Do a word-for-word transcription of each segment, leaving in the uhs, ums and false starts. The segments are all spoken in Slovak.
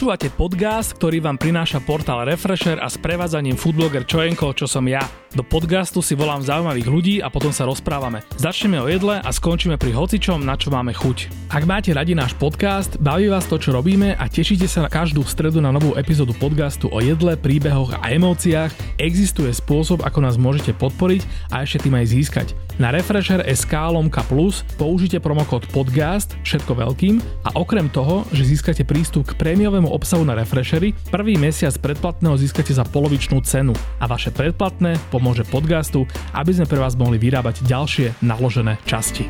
Počúvate podcast, ktorý vám prináša portál Refresher a s prevádzaním foodbloger Čojenko, čo som ja. Do podcastu si volám zaujímavých ľudí a potom sa rozprávame. Začneme o jedle a skončíme pri hocičom, na čo máme chuť. Ak máte radi náš podcast, baví vás to, čo robíme a tešíte sa na každú stredu na novú epizódu podcastu o jedle, príbehoch a emóciách, existuje spôsob, ako nás môžete podporiť a ešte tým aj získať. Na Refresher bodka es ká lomka plus použite promokód podcast, všetko veľkým, a okrem toho, že získate prístup k prémiovému obsahu na Refresheri, prvý mesiac predplatného získate za polovičnú cenu a vaše predplatné pomôže podcastu, aby sme pre vás mohli vyrábať ďalšie naložené časti.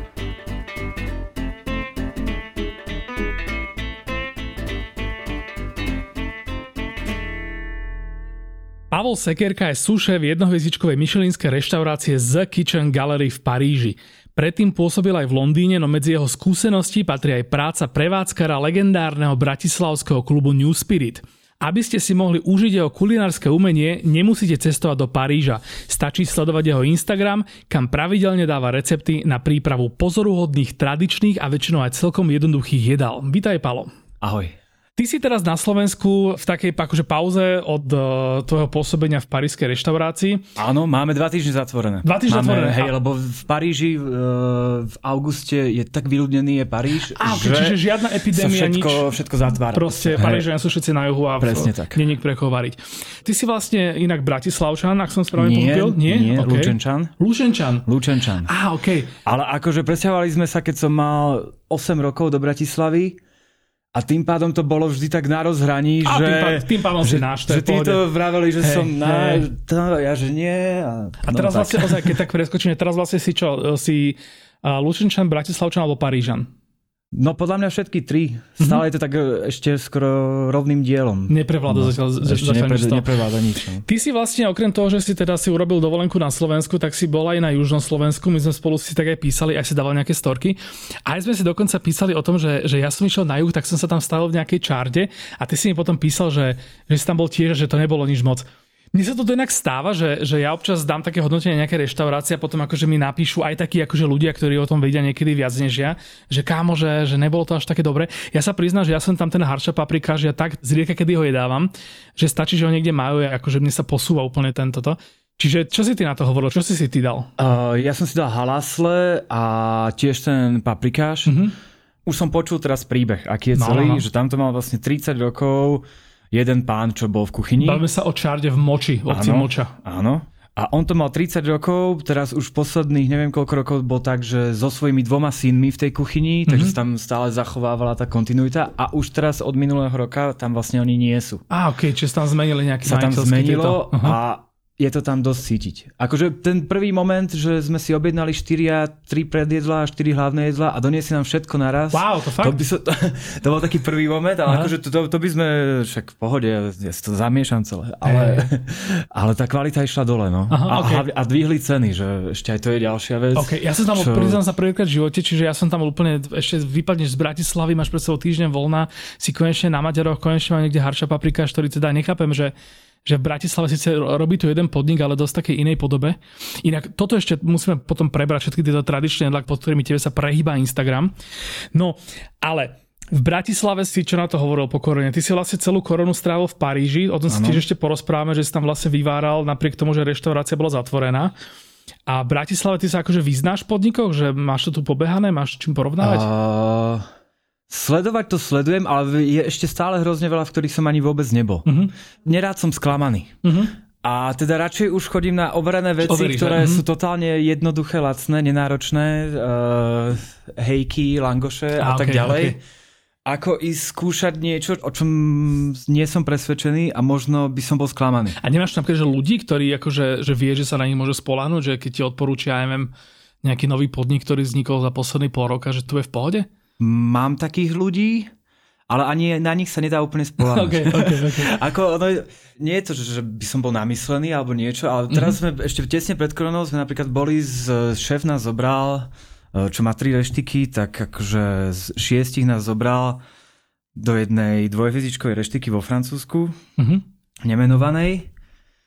Pavol Sekerka je súšéf jednohviezdičkovej michelinskej reštaurácie The Kitchen Gallery v Paríži. Predtým pôsobil aj v Londýne, no medzi jeho skúseností patrí aj práca prevádzkara legendárneho bratislavského klubu New Spirit. Aby ste si mohli užiť jeho kulinárske umenie, nemusíte cestovať do Paríža. Stačí sledovať jeho Instagram, kam pravidelne dáva recepty na prípravu pozoruhodných, tradičných a väčšinou aj celkom jednoduchých jedál. Vítaj, Palo. Ahoj. Ty si teraz na Slovensku v takej akože pauze od uh, tvojho pôsobenia v parížskej reštaurácii. Áno, máme dva týždne zatvorené. Dva týždne máme, zatvorené. Hej, lebo v Paríži uh, v auguste je tak vyľudnený je Paríž, Á, že čiže žiadna epidémia, všetko, nič. všetko zatvára. Proste Parížania sú všetci na juhu a presne tak. Nie niekde koho variť. Ty si vlastne inak Bratislavčan, ak som správne nie, pochopil? Nie, nie, okay. Lučenčan. Lučenčan. Lučenčan. Á, okej. Okay. Ale akože presťahovali sme sa, keď som mal osem rokov do Bratislavy. A tým pádom to bolo vždy tak na rozhraní, a že... tým, pádom, tým pádom že, si náš, že títo vraveli, že hey, som na... Hey. To, ja, že nie. A, a teraz no, vlastne, ozaj, keď tak preskočíme, teraz vlastne si čo? Si uh, Lučenčan, Bratislavčan alebo Parížan? No podľa mňa všetky tri. Stále mm-hmm. je to tak ešte skoro rovným dielom. Neprevláda no, zatiaľ, ešte zatiaľ nepre, nič. Neprevláda nič. No. Ty si vlastne, okrem toho, že si teda si urobil dovolenku na Slovensku, tak si bol aj na južnom Slovensku. My sme spolu si tak aj písali, aj si dával nejaké storky. A aj sme si dokonca písali o tom, že, že ja som išiel na juh, tak som sa tam stavil v nejakej čárde a ty si mi potom písal, že, že si tam bol tiež, že to nebolo nič moc. Mne sa to inak stáva, že, že ja občas dám také hodnotenie nejaké reštaurácie a potom akože mi napíšu aj takí akože ľudia, ktorí o tom vedia niekedy viac než ja, že kámo, že, že nebolo to až také dobre. Ja sa priznám, že ja som tam ten harča paprika, že ja tak zriedka, kedy ho jedávam, že stačí, že ho niekde majú, akože mne sa posúva úplne tento. Čiže čo si ty na to hovoril? Čo si si ty dal? Uh, ja som si dal halasle a tiež ten paprikáš. Mm-hmm. Už som počul teraz príbeh, aký je no, celý, no, no. Že tamto mal vlastne tridsať rokov jeden pán, čo bol v kuchyni. Bavíme sa o čárde v Moči, obci áno, Moča. Áno. A on to mal tridsať rokov, teraz už posledných neviem koľko rokov bol tak, že so svojimi dvoma synmi v tej kuchyni, mm-hmm. takže tam stále zachovávala tá kontinuita a už teraz od minulého roka tam vlastne oni nie sú. Á, okej, okay, čiže tam zmenili nejaký sa tam zmenilo uh-huh. a je to tam dosť cítiť. Akože ten prvý moment, že sme si objednali štyri a tri predjedlá a štyri hlavné jedlá a doniesli nám všetko naraz. Wow, to fakt? To, by so, to, to bol taký prvý moment, ale akože to, to, to by sme, však v pohode, ja, ja si to zamiešam celé. Ale, ale tá kvalita išla dole, no. Aha, a, okay. a dvihli ceny, že ešte aj to je ďalšia vec. Okay, ja som tam čo... priznám sa prvýkrát v živote, čiže ja som tam úplne, ešte vypadneš z Bratislavy, máš pred sebou týždeň voľna, si konečne na Maďaroch, konečne mám niekde harča paprika, ktorý teda nechápem, že že v Bratislave síce robí tu jeden podnik, ale dosť takej inej podobe. Inak toto ešte musíme potom prebrať všetky tieto tradičné jedlá, pod ktorými tebe sa prehýba Instagram. No, ale v Bratislave si čo na to hovoril po korone? Ty si vlastne celú koronu strávil v Paríži, o tom si tiež ešte porozprávame, že si tam vlastne vyváral napriek tomu, že reštaurácia bola zatvorená. A v Bratislave ty sa akože vyznáš v podnikoch, že máš to tu pobehané, máš čím porovnávať? Uh... Sledovať to sledujem, ale je ešte stále hrozne veľa, v ktorých som ani vôbec nebol. Uh-huh. Nerád som sklamaný. Uh-huh. A teda radšej už chodím na overené veci, Overíš, ktoré uh-huh. sú totálne jednoduché, lacné, nenáročné, uh, hejky, langoše a, a tak okay, ďalej. Okay. Ako ísť skúšať niečo, o čom nie som presvedčený a možno by som bol sklamaný. A nemáš napríklad že ľudí, ktorí akože, že vie, že sa na nich môže spoľahnúť, že keď ti odporúčia, ja neviem, nejaký nový podnik, ktorý vznikol za posledný pol roka, že tu je v pohode? Mám takých ľudí, ale ani na nich sa nedá úplne spoľahnúť. okay, okay, okay. Ako, no, nie je to, že by som bol namyslený alebo niečo, ale teraz mm-hmm. sme ešte tesne pred koronou sme napríklad boli, z, šéf nás zobral, čo má tri reštiky, tak akože z šiestich nás zobral do jednej dvojhviezdičkovej reštiky vo Francúzsku, mm-hmm. nemenovanej.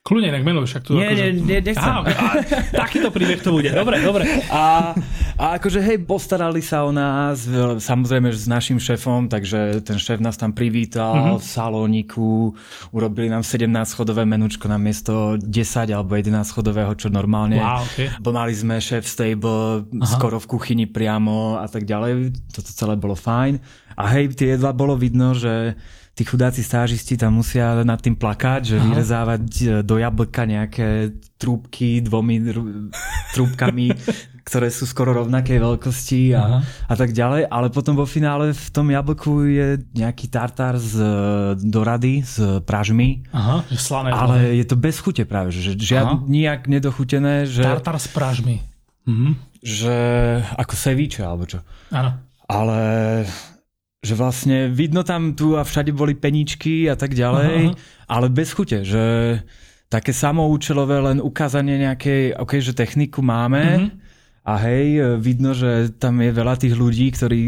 Kľudne, nech menuj, však tu... Nie, akože... nie, nie, nechcem. Aha, okay. Takýto príbeh to bude. Dobre, dobre. A, a akože hej, postarali sa o nás, samozrejme s našim šéfom, takže ten šéf nás tam privítal mm-hmm. v salóniku, urobili nám sedemnásťschodové menučko namiesto desať alebo jedenásťschodového, čo normálne. Wow, okay. Mali sme šéf stable, Aha. skoro v kuchyni priamo a tak ďalej. Toto celé bolo fajn. A hej, tie jedla bolo vidno, že tí chudáci stážisti tam musia nad tým plakať, že Aha. vyrezávať do jablka nejaké trúbky dvomi r- trúbkami, ktoré sú skoro rovnakej veľkosti a, a tak ďalej. Ale potom vo finále v tom jablku je nejaký tartár z dorady, z pražmy. Aha, že slané. Ale je to bez chute práve, že žiad, nijak nedochutené. Že, tartár z pražmy. Mhm. Že ako ceviche, alebo čo. Áno. Ale... že vlastne vidno tam tu a všade boli peníčky a tak ďalej, aha. ale bez chute, že také samoučelové len ukázanie nejakej, ok, že techniku máme mm-hmm. a hej, vidno, že tam je veľa tých ľudí, ktorí...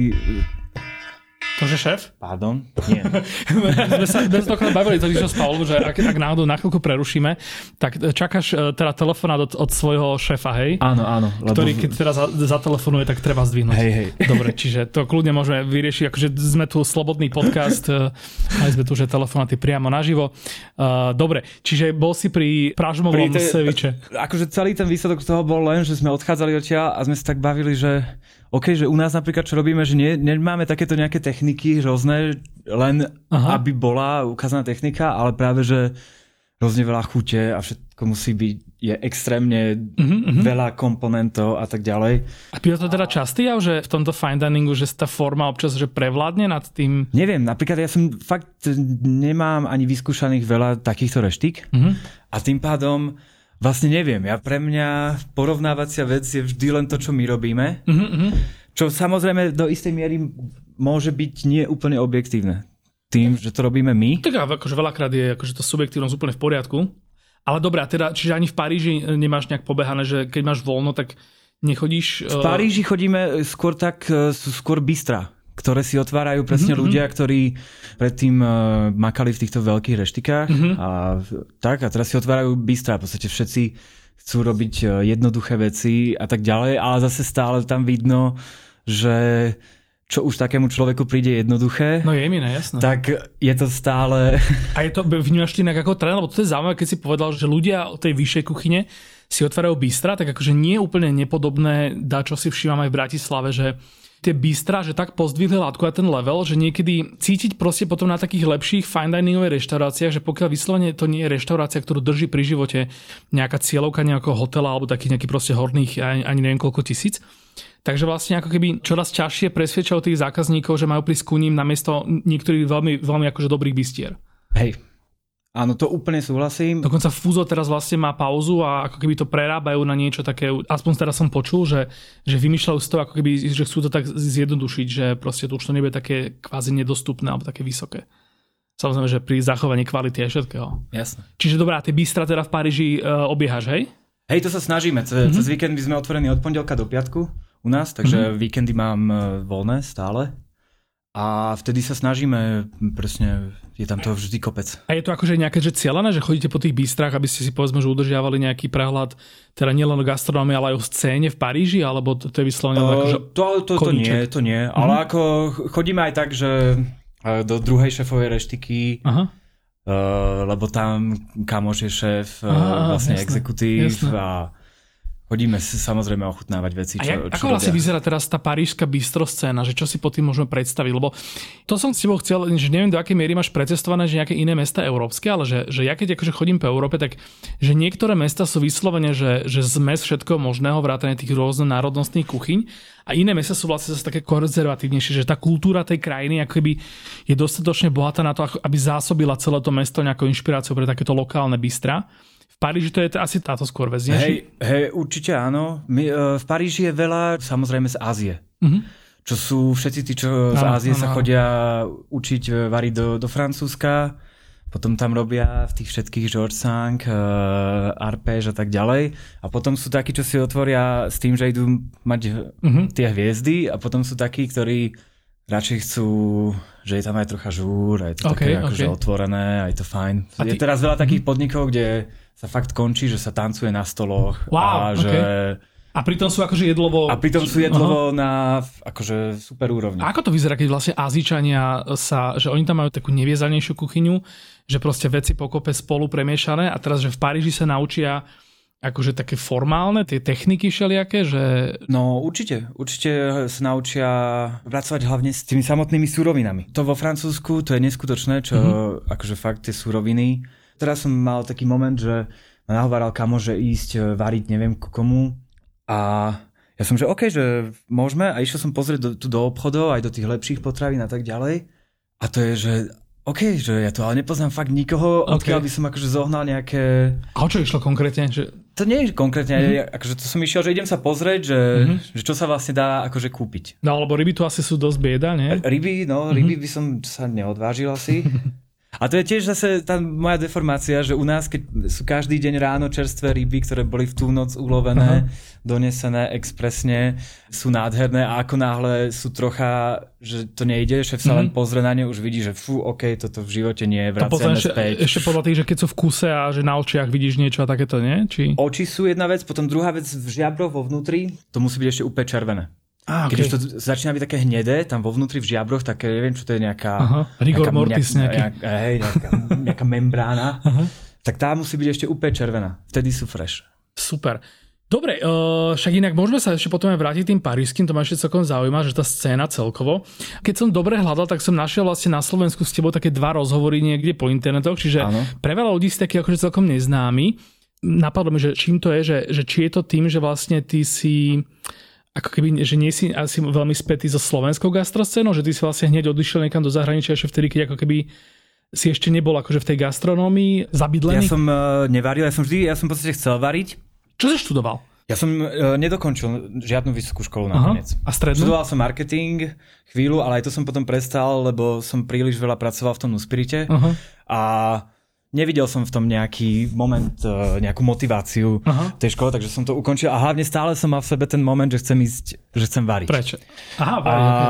Tože šéf? Pardon? Nie. sme sa dnes dokonca bavili to, čo spalo, že ak, ak náhodou na chvíľku prerušíme, tak čakáš teda telefonát od, od svojho šéfa, hej? Áno, áno. Lebo... Ktorý, keď teraz zatelefonuje, tak treba zdvihnúť. Hej, hej. Dobre, čiže to kľudne môžeme vyriešiť, akože sme tu slobodný podcast, mali sme tu, že telefonáty priamo naživo. Dobre, čiže bol si pri pražmovom te... ceviče. Akože celý ten výsledok toho bol len, že sme odchádzali odtiaľ a sme sa tak bavili, že OK, že u nás napríklad, čo robíme, že nie, nemáme takéto nejaké techniky rôzne, len Aha. aby bola ukázaná technika, ale práve, že hrozne veľa chute a všetko musí byť, je extrémne uh-huh, uh-huh. veľa komponentov a tak ďalej. A býva to teda častý, že v tomto fine diningu, že tá forma občas že prevládne nad tým? Neviem, napríklad ja som fakt nemám ani vyskúšaných veľa takýchto reštík uh-huh. a tým pádom vlastne neviem, ja pre mňa porovnávacia vec je vždy len to, čo my robíme, mm-hmm. čo samozrejme do istej miery môže byť nie úplne objektívne. Tým, že to robíme my. Tak akože veľakrát je akože to subjektívnosť úplne v poriadku. Ale dobré, teda, čiže ani v Paríži nemáš nejak pobehané, že keď máš voľno, tak nechodíš... V Paríži chodíme skôr tak, sú skôr bistra, ktoré si otvárajú presne mm-hmm. ľudia, ktorí predtým uh, makali v týchto veľkých reštikách mm-hmm. a tak a teraz si otvárajú bistrá. V podstate všetci chcú robiť uh, jednoduché veci a tak ďalej, ale zase stále tam vidno, že čo už takému človeku príde jednoduché, no je mi ne, jasné. Tak je to stále... A je to, vnímaš ty inak ako trend, lebo to je zaujímavé, keď si povedal, že ľudia od tej vyššej kuchyne si otvárajú bistra, tak akože nie je úplne nepodobné, dá čo si všímam aj v Bratislave, že tie bistra, že tak pozdvihli látku a ten level, že niekedy cítiť proste potom na takých lepších fine diningových reštauráciách, že pokiaľ vyslovene to nie je reštaurácia, ktorú drží pri živote nejaká cieľovka nejakého hotela alebo takých nejakých proste horných ani, ani neviem koľko tisíc. Takže vlastne ako keby čoraz ťažšie presvedčajú tých zákazníkov, že majú prísť ku ním namiesto niektorých veľmi, veľmi akože dobrých bistier. Hej. Áno, to úplne súhlasím. Dokonca Fuzo teraz vlastne má pauzu a ako keby to prerábajú na niečo také, aspoň teraz som počul, že, že vymýšľajú z toho, ako keby, že chcú to tak zjednodušiť, že proste to už to nebude také kvázi nedostupné alebo také vysoké. Samozrejme, že pri zachovaní kvality aj všetkého. Jasné. Čiže dobrá, tie bistra teda v Paríži uh, obiehaš, hej? Hej, to sa snažíme. Ce, mm-hmm. Cez víkendy sme otvorení od pondelka do piatku u nás, takže mm-hmm. víkendy mám voľné stále. A vtedy sa snažíme, presne, je tam toho vždy kopec. A je to akože nejaké že cieľané, že chodíte po tých bistrách, aby ste si povedzme, že udržiavali nejaký prehľad, teda nielen o gastronómii, ale aj o scéne v Paríži, alebo to, to je vyslovene uh, akože to, to, to nie, to nie. Mm-hmm. Ale ako chodíme aj tak, že do druhej šéfovej reštiky, Aha. Uh, lebo tam kamoš je šéf, Aha, vlastne jasné, exekutív jasné. A chodíme si samozrejme ochutnávať veci, čo, a jak, čo ako robia. vlastne vyzerá teraz tá parížska bistroscéna, že čo si pod tým môžeme predstaviť? Lebo to som s tebou chcel, že neviem do akej miery máš precestované, že nejaké iné mesta európske, ale že, že ja keď akože chodím po Európe, tak že niektoré mesta sú vyslovene, že, že zmes všetkoho možného, vrátane tých rôznych národnostných kuchyň a iné mesta sú vlastne zase také konzervatívnejšie, že tá kultúra tej krajiny ako keby je dostatočne bohatá na to, aby zásobila celé to mesto nejakou inšpiráciou pre takéto lokálne bistra. V Paríži to je asi táto skôr vec, nie? Hej, hej, určite áno. My, uh, v Paríži je veľa, samozrejme, z Ázie. Uh-huh. Čo sú všetci tí, čo z Ázie no, no, sa chodia učiť variť do, do Francúzska. Potom tam robia v tých všetkých George Sang, uh, Arpège a tak ďalej. A potom sú takí, čo si otvoria s tým, že idú mať uh-huh. tie hviezdy. A potom sú takí, ktorí radšej chcú, že je tam aj trocha žúr, aj to okay, také okay. akože otvorené, aj to fajn. A je ty... teraz veľa takých podnikov, kde sa fakt končí, že sa tancuje na stoloch. Wow, a že... okay. A pritom sú akože jedlovo... A pritom sú jedlovo Aha. na akože super úrovni. A ako to vyzerá, keď vlastne Ázíčania sa, že oni tam majú takú neviezanejšiu kuchyňu, že proste veci pokope spolu premiešané a teraz, že v Paríži sa naučia akože také formálne, tie techniky všelijaké, že... No určite, určite sa naučia pracovať hlavne s tými samotnými surovinami. To vo Francúzsku, to je neskutočné, čo mm-hmm. akože fakt tie suroviny. Teraz som mal taký moment, že ma nahováral kamo, že ísť variť neviem komu. A ja som, že OK, že môžeme a išiel som pozrieť do, tu do obchodov, aj do tých lepších potravín a tak ďalej. A to je, že OK, že ja tu ale nepoznám fakt nikoho, okay. odkiaľ by som akože zohnal nejaké... A o čo išlo konkrétne? Že... To nie je konkrétne, mm-hmm. akože to som išiel, že idem sa pozrieť, že, mm-hmm. že čo sa vlastne dá akože kúpiť. No alebo ryby tu asi sú dosť bieda, nie? Ryby, no, mm-hmm. ryby by som sa neodvážil asi. A to je tiež zase tá moja deformácia, že u nás, keď sú každý deň ráno čerstvé ryby, ktoré boli v tú noc ulovené, uh-huh. donesené expresne, sú nádherné a ako náhle sú trocha, že to nejde, šéf sa uh-huh. len pozrie na ne, už vidí, že fú, OK, toto v živote nie, vraciame späť. Ešte podľa tých, že keď sú v kuse a že na očiach vidíš niečo a takéto, nie? Či... Oči sú jedna vec, potom druhá vec v žiabroch vo vnútri, to musí byť ešte úplne červené. Ah, okay. Keď už to začína byť také hnedé, tam vo vnútri v žiabroch, také, neviem, čo to je nejaká... Aha, rigor mortis nejaký. Nejaká, hej, nejaká, nejaká membrána. Aha. Tak tá musí byť ešte úplne červená. Vtedy sú fresh. Super. Dobre, uh, však inak môžeme sa ešte potom aj vrátiť tým parížským, to ma ešte celkom zaujíma, že tá scéna celkovo. Keď som dobre hľadal, tak som našiel vlastne na Slovensku s tebou také dva rozhovory niekde po internetoch, čiže ano. Pre veľa ľudí si taký akože celkom neznámy. Napadlo mi, že čím to je, že, že či je to tým, že vlastne ty si... Ako keby, že nie si asi veľmi spätý so slovenskou gastroscénou, že ty si vlastne hneď odišiel niekam do zahraničia ešte vtedy, keď ako keby si ešte nebol akože v tej gastronómii zabydlený? Ja som uh, nevaril, ja som vždy, ja som v podstate chcel variť. Čo si študoval? Ja som uh, nedokončil žiadnu vysokú školu nakoniec. A strednú? Študoval som marketing chvíľu, ale aj to som potom prestal, lebo som príliš veľa pracoval v tom Nuspirite. Uh-huh. A nevidel som v tom nejaký moment, nejakú motiváciu Aha. tej škole, takže som to ukončil a hlavne stále som mal v sebe ten moment, že chcem ísť, že chcem variť. Prečo? Aha, variť. A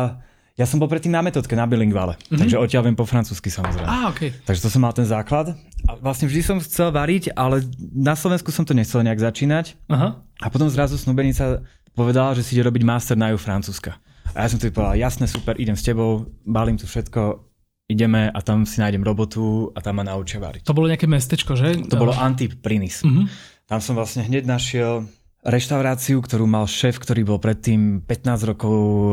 ja som bol predtým na metodke, na bilingvale, mm-hmm. takže odtiaľ viem po francúzsky samozrejme. Á, okay. Takže to som mal ten základ. A vlastne vždy som chcel variť, ale na Slovensku som to nechcel nejak začínať. Aha. A potom zrazu snúbenica povedala, že si ide robiť master na juh Francúzska. A ja som si povedal, jasné, super, idem s tebou, balím tu všetko, ideme a tam si nájdem robotu a tam ma naučia variť. To bolo nejaké mestečko, že? To bolo Antibes-Prinis. Uh-huh. Tam som vlastne hneď našiel reštauráciu, ktorú mal šéf, ktorý bol predtým pätnásť rokov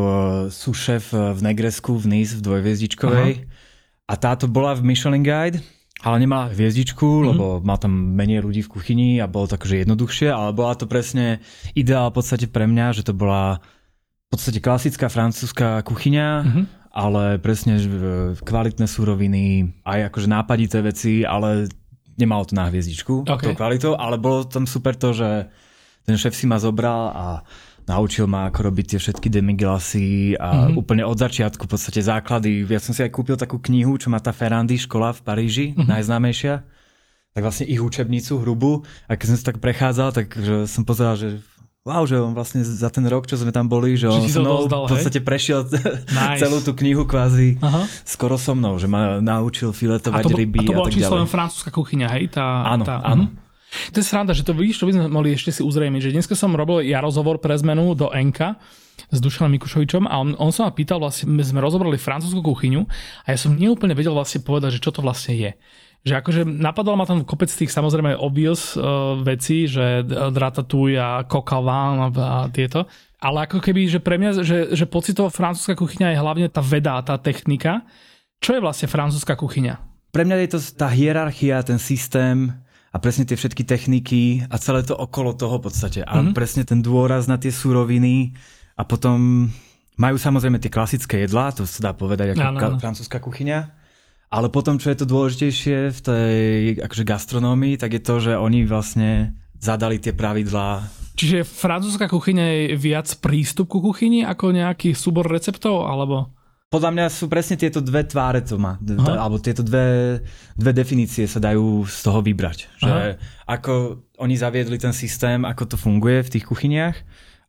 súšéf v Negresku, v Nice, v dvojhviezdičkovej. Uh-huh. A táto bola v Michelin Guide, ale nemala hviezdičku, uh-huh. lebo mal tam menej ľudí v kuchyni a bolo to akože jednoduchšie, ale bola to presne ideál v podstate pre mňa, že to bola v podstate klasická francúzska kuchyňa, uh-huh. ale presne kvalitné suroviny, aj akože nápadité veci, ale nemalo to na hviezdičku, okay. tou kvalitou, ale bolo tam super to, že ten šéf si ma zobral a naučil ma, ako robiť tie všetky demiglasy a mm-hmm. úplne od začiatku v podstate základy. Ja som si aj kúpil takú knihu, čo má tá Ferrandi škola v Paríži, mm-hmm. najznámejšia, tak vlastne ich učebnicu hrubú a keď som si tak prechádzal, tak že som pozeral, že wow, že on vlastne za ten rok, čo sme tam boli, že on so mnou v podstate prešiel nice. celú tú knihu kvázi Aha. skoro so mnou, že ma naučil filetovať ryby a, to, a, a tak ďalej. A to bola čisto len francúzska kuchyňa, hej? Tá, áno, tá, áno. Uh-huh. To je sranda, že to vidíš, čo by sme mohli ešte si uzrejmiť, že dneska som robil ja rozhovor pre zmenu do Enka s Dušanom Mikušovičom a on, on sa ma pýtal, vlastne my sme rozobrali francúzsku kuchyňu a ja som neúplne vedel vlastne povedať, že čo to vlastne je. Že akože napadalo ma tam kopec tých samozrejme obvious uh, vecí, že ratatouille a coq au vin a, a tieto. Ale ako keby, že pre mňa, že, že pocitovo francúzska kuchyňa je hlavne tá veda, tá technika. Čo je vlastne francúzska kuchyňa? Pre mňa je to tá hierarchia, ten systém a presne tie všetky techniky a celé to okolo toho v podstate. A mm-hmm. presne ten dôraz na tie suroviny a potom majú samozrejme tie klasické jedlá, to sa dá povedať ako no, no, no. francúzska kuchyňa. Ale potom, čo je to dôležitejšie v tej akože gastronómii, tak je to, že oni vlastne zadali tie pravidlá. Čiže francúzska kuchyňa je viac prístup ku kuchyni ako nejaký súbor receptov, alebo? Podľa mňa sú presne tieto dve tváre to má. D- alebo tieto dve, dve definície sa dajú z toho vybrať. Že ako oni zaviedli ten systém, ako to funguje v tých kuchyniach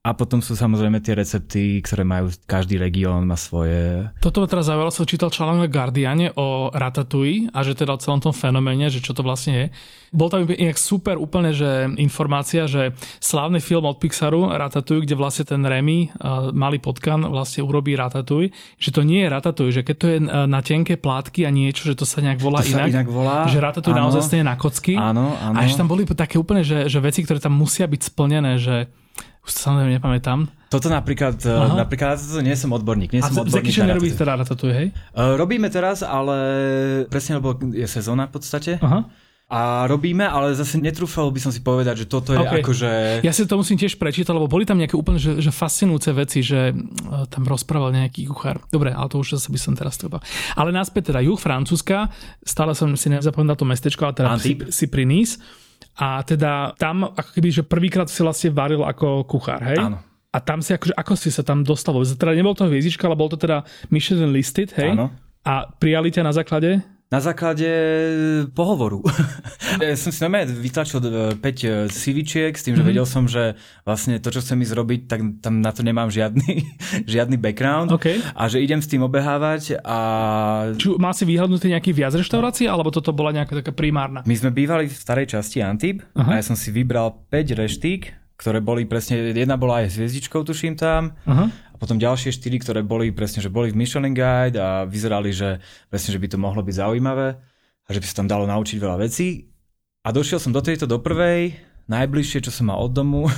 A potom sú samozrejme tie recepty, ktoré majú, každý región má svoje. Toto ma teraz zaujalo, som čítal článok na Guardiane o Ratatouille a že teda o celom tom fenoméne, že čo to vlastne je. Bol tam inak super úplne, že informácia, že slávny film od Pixaru Ratatouille, kde vlastne ten Remy, malý potkan, vlastne urobí Ratatouille, že to nie je Ratatouille, že keď to je na tenké plátky a niečo, že to sa nejak volá to inak, inak volá. Že Ratatouille naozaj stane na kocky. Áno, áno. A že tam boli také úplne, že, že veci, ktoré tam musia byť splnené, že už sa samozrejme nepamätám. Toto napríklad, Aha. napríklad toto nie som odborník. Nie a som odborník Zeki nerobíš teda Ratatouille, hej? Uh, robíme teraz, ale presne, lebo je sezóna v podstate. Aha. A robíme, ale zase netrúfal by som si povedať, že toto je okay. akože... Ja si to musím tiež prečítať, lebo boli tam nejaké úplne že, že fascinujúce veci, že tam rozprával nejaký kuchár. Dobre, ale to už zase by som teraz trúbal. Ale naspäť teda juh Francúzska, stále som si nezapomenul to mestečko, ale teda si, si pri Nice. A teda tam, ako keby, že prvýkrát si vlastne varil ako kuchár, hej? Áno. A tam si, akože, ako si sa tam dostal? Teda nebol to hviezdička, ale bol to teda Michelin listed, hej? Áno. A prijali ťa na základe? Na základe pohovoru. Ja som si normálne vytlačil päť CVčiek s tým, že mm-hmm. vedel som, že vlastne to, čo chcem ísť robiť, tak tam na to nemám žiadny, žiadny background. Okay. A že idem s tým obehávať a... Či mal si vyhľadnutý nejaký viac reštaurácií, alebo toto bola nejaká taká primárna? My sme bývali v starej časti Antibes uh-huh. a ja som si vybral päť reštík, ktoré boli presne, jedna bola aj s hviezdičkou, tuším tam. Uh-huh. A potom ďalšie štyri, ktoré boli presne, že boli v Michelin Guide a vyzerali, že presne, že by to mohlo byť zaujímavé a že by sa tam dalo naučiť veľa vecí. A došiel som do tejto, do prvej, najbližšie, čo som mal od domu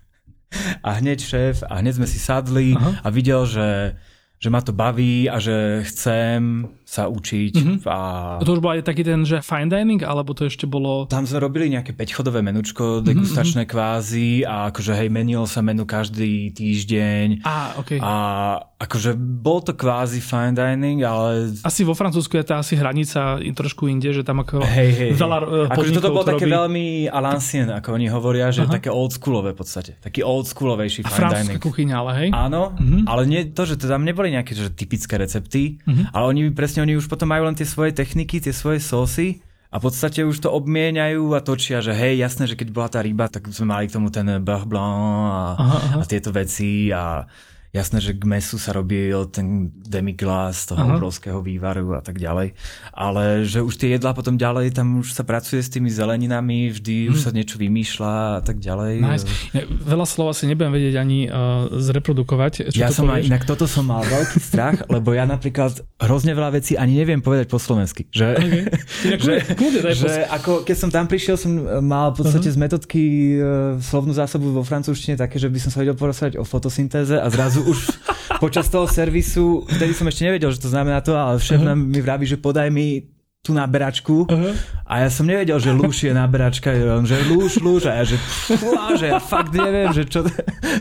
a hneď šéf a hneď sme si sadli Aha. a videl, že, že ma to baví a že chcem sa učiť. Mm-hmm. A... To už bol aj taký ten, že fine dining, alebo to ešte bolo... Tam sme robili nejaké päťchodové menučko, degustačné mm-hmm. kvázi a akože hej, menilo sa menu každý týždeň. Á, okej. A akože bol to kvázi fine dining, ale... Asi vo Francúzsku je tá asi hranica trošku inde, že tam ako hej, hej, veľa podnikov akože toto bolo také robí... veľmi à l'ancienne, ako oni hovoria, že Aha. také old schoolové v podstate. Taký old schoolovejší fine dining. A francúzska kuchyňa, ale hej? Áno, mm-hmm. ale nie to, že to tam neboli nejaké že typické recepty, mm-hmm. ale oni presne, oni už potom majú len tie svoje techniky, tie svoje sósy a v podstate už to obmieniajú a točia, že hej, jasné, že keď bola tá ryba, tak sme mali k tomu ten beurre blanc a, aha, aha. a tieto veci a jasné, že k mesu sa robil ten demi-glace toho Aha. obrovského vývaru a tak ďalej. Ale že už tie jedlá potom ďalej, tam už sa pracuje s tými zeleninami, vždy hmm. už sa niečo vymýšľa a tak ďalej. Nice. Veľa slov asi nebudem vedieť ani uh, zreprodukovať. Čo ja to som aj, inak toto som mal veľký strach, lebo ja napríklad hrozne veľa vecí ani neviem povedať po slovensky. Že, okay. že, kľude, že ako keď som tam prišiel, som mal v podstate uh-huh. z metodky uh, slovnú zásobu vo francúzštine také, že by som sa vedel porozprávať o fotosyntéze a zrazu už počas toho servisu, vtedy som ešte nevedel, že to znamená to, ale šéf uh-huh. mi vraví, že podaj mi tú naberačku uh-huh. a ja som nevedel, že lúš je naberačka, že lúš, lúš a ja že fúha, že ja fakt neviem, že čo,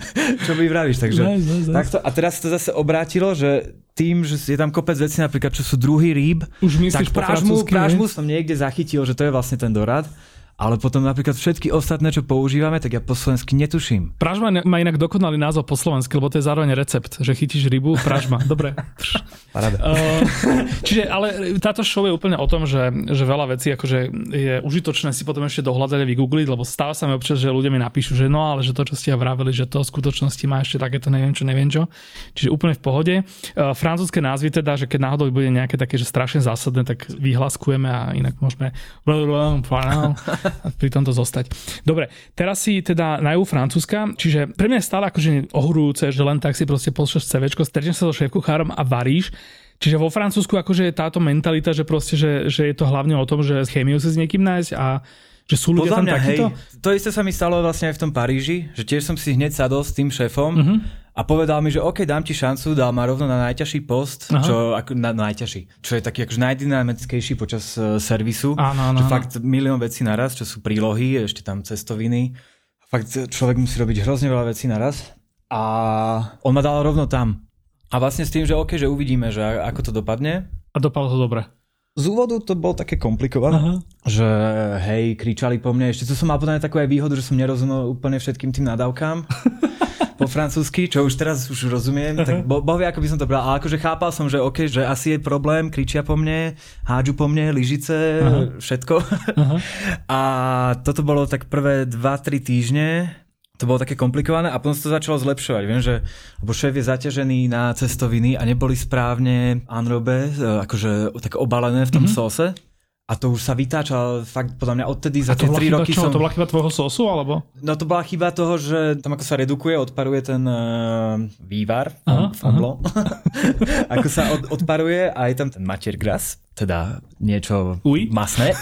čo mi vravíš. Takže, nice, nice, nice. Takto, a teraz to zase obrátilo, že tým, že je tam kopec vecí, napríklad čo sú druhý rýb, už myslíš tak prážmu, prážmu som niekde zachytil, že to je vlastne ten dorad. Ale potom napríklad všetky ostatné, čo používame, tak ja po slovensky netuším. Pražma má inak dokonalý názov po slovensky, lebo to je zároveň recept, že chytíš rybu, pražma. Dobre. Paráda. Uh, čiže, ale táto show je úplne o tom, že, že veľa vecí akože je užitočné si potom ešte dohľadať a vygoogliť, lebo stáva sa mi občas, že ľudia mi napíšu, že no, ale že to, čo ste vraveli, že to v skutočnosti má ešte takéto neviem čo, neviem čo. Čiže úplne v pohode. Uh, francúzske názvy teda, že keď náhodou bude nejaké také, že strašne zásadné, tak vyhlaskujeme a inak môžeme a pri tomto zostať. Dobre, teraz si teda na juhu Francúzska, čiže pre mňa je stále akože ohurujúce, že len tak si proste pošleš cévéčko, stretneš sa so šéfkuchárom a varíš. Čiže vo Francúzsku akože je táto mentalita, že proste, že, že je to hlavne o tom, že chémiu si s niekým nájsť a že sú ľudia tam takýto? Hej, to isté sa mi stalo vlastne aj v tom Paríži, že tiež som si hneď sadol s tým šéfom uh-huh. a povedal mi, že OK, dám ti šancu, dal ma rovno na najťažší post, Aha. čo ako na, na najťažší, čo je taký akože najdynamickejší počas uh, servisu, áno, áno, že áno. fakt milión vecí naraz, čo sú prílohy, ešte tam cestoviny. Fakt človek musí robiť hrozne veľa vecí naraz a on ma dal rovno tam. A vlastne s tým, že OK, že uvidíme, že ako to dopadne. A dopadlo to dobre. Z úvodu to bolo také komplikované, Aha. že hej, kričali po mne. Ešte to som mal potom aj takú aj výhodu, že som nerozumel úplne všetkým tým nadávkam po francúzsky, čo už teraz už rozumiem. Aha. Tak bo, bohvie, ako by som to bral. Ale akože chápal som, že OK, že asi je problém, kričia po mne, hádžu po mne, lyžice, Aha. všetko. Aha. A toto bolo tak prvé dva tri týždne. to bolo také komplikované a potom sa to začalo zlepšovať. Viem, že lebo šéf je zaťažený na cestoviny a neboli správne anrobe, akože tak obalené v tom mm-hmm. sóse. A to už sa vytáča fakt podľa mňa odtedy za tie tri roky čo? som... To bola chyba tvojho sósu, alebo? No to bola chyba toho, že tam ako sa redukuje, odparuje ten uh, vývar, aha, fomlo, ako sa od, odparuje a je tam ten matiergras, teda niečo Uj. masné.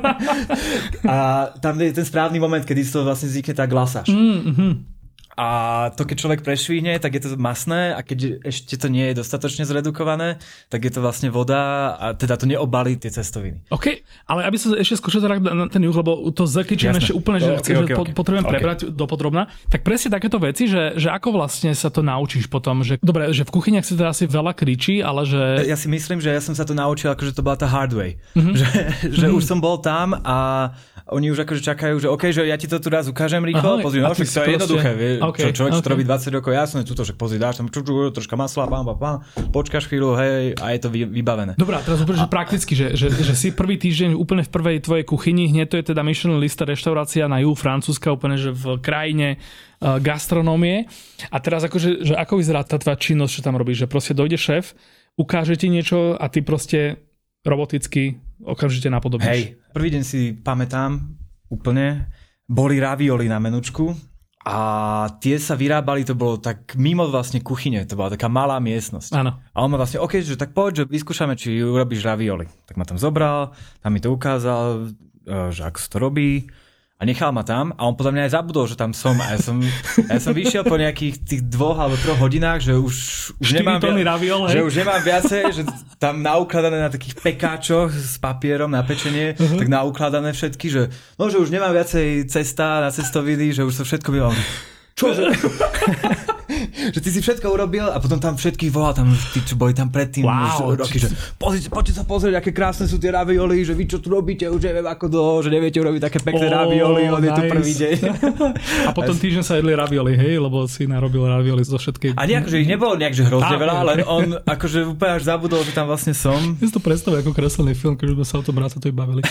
A tam je ten správny moment, kedy to vlastne vznikne tá glasáž. Mm-hmm. A to, keď človek prešvihne, tak je to masné a keď ešte to nie je dostatočne zredukované, tak je to vlastne voda a teda to neobalí tie cestoviny. OK, ale aby som ešte skočil na ten juh, lebo to zakyčím ešte úplne, že, okay, okay, okay. potrebujem okay. prebrať dopodrobná, tak presne takéto veci, že, že ako vlastne sa to naučíš potom, že dobre, že v kuchyniach sa teda asi veľa kričí, ale že... Ja si myslím, že ja som sa to naučil, akože to bola tá hard way. Mm-hmm. Že, že mm-hmm. už som bol tam a oni už akože čakajú, že OK, že ja ti to tu raz ukážem rýchlo, pozri, no, to je jednoduché, vie, okay, čo, človek, okay. čo to robí dvadsať rokov, jasne, tuto, že pozri, dáš tam ču, ču, troška masla, pám, pám, pám, počkáš chvíľu, hej, a je to vy, vybavené. Dobrá, teraz úplne, že prakticky, že, že, že si prvý týždeň úplne v prvej tvojej kuchyni, hneď to je teda Michelin lista reštaurácia na juhu Francúzska, úplne, že v krajine uh, gastronómie. A teraz akože, že ako vyzerá tá tvoja činnosť, čo tam robíš, že proste dojde šéf, ukáže ti niečo a ty proste roboticky okamžite napodobíš. Hej, prvý deň si pamätám, úplne. Boli ravioli na menučku a tie sa vyrábali, to bolo tak mimo vlastne kuchyne, to bola taká malá miestnosť. Áno. A on ma vlastne, OK, že tak poď, že vyskúšame, či urobíš ravioli. Tak ma tam zobral, tam mi to ukázal, že ako sa to robí a nechal ma tam a on podľa mňa aj zabudol, že tam som a ja som, ja som vyšiel po nejakých tých dvoch alebo troch hodinách, že už, už nemám raviol, že už nemám viacej, že tam naukladané na takých pekáčoch s papierom na pečenie, uh-huh. tak naukladané všetky, že no, že už nemám viacej cesta na cestoviny, že už to všetko bylo. Čo? Že ty si všetko urobil a potom tam všetkých volal, tam tí, čo boli tam predtým wow, roky, že pozrite, poďte sa pozrieť, aké krásne sú tie ravioli, že vy čo tu robíte, už neviem ako dlho, že neviete urobiť také pekné oh, ravioli, on nice. Je tu prvý deň. A potom týždeň sa jedli ravioli, hej, lebo si narobil ravioli zo všetkej... A nejak, že ich nebolo nejak, že hrozne veľa, ale on akože úplne až zabudol, že tam vlastne som. Ja si to predstavujem ako kreslený film, keď sme sa o tom brátovi bavili.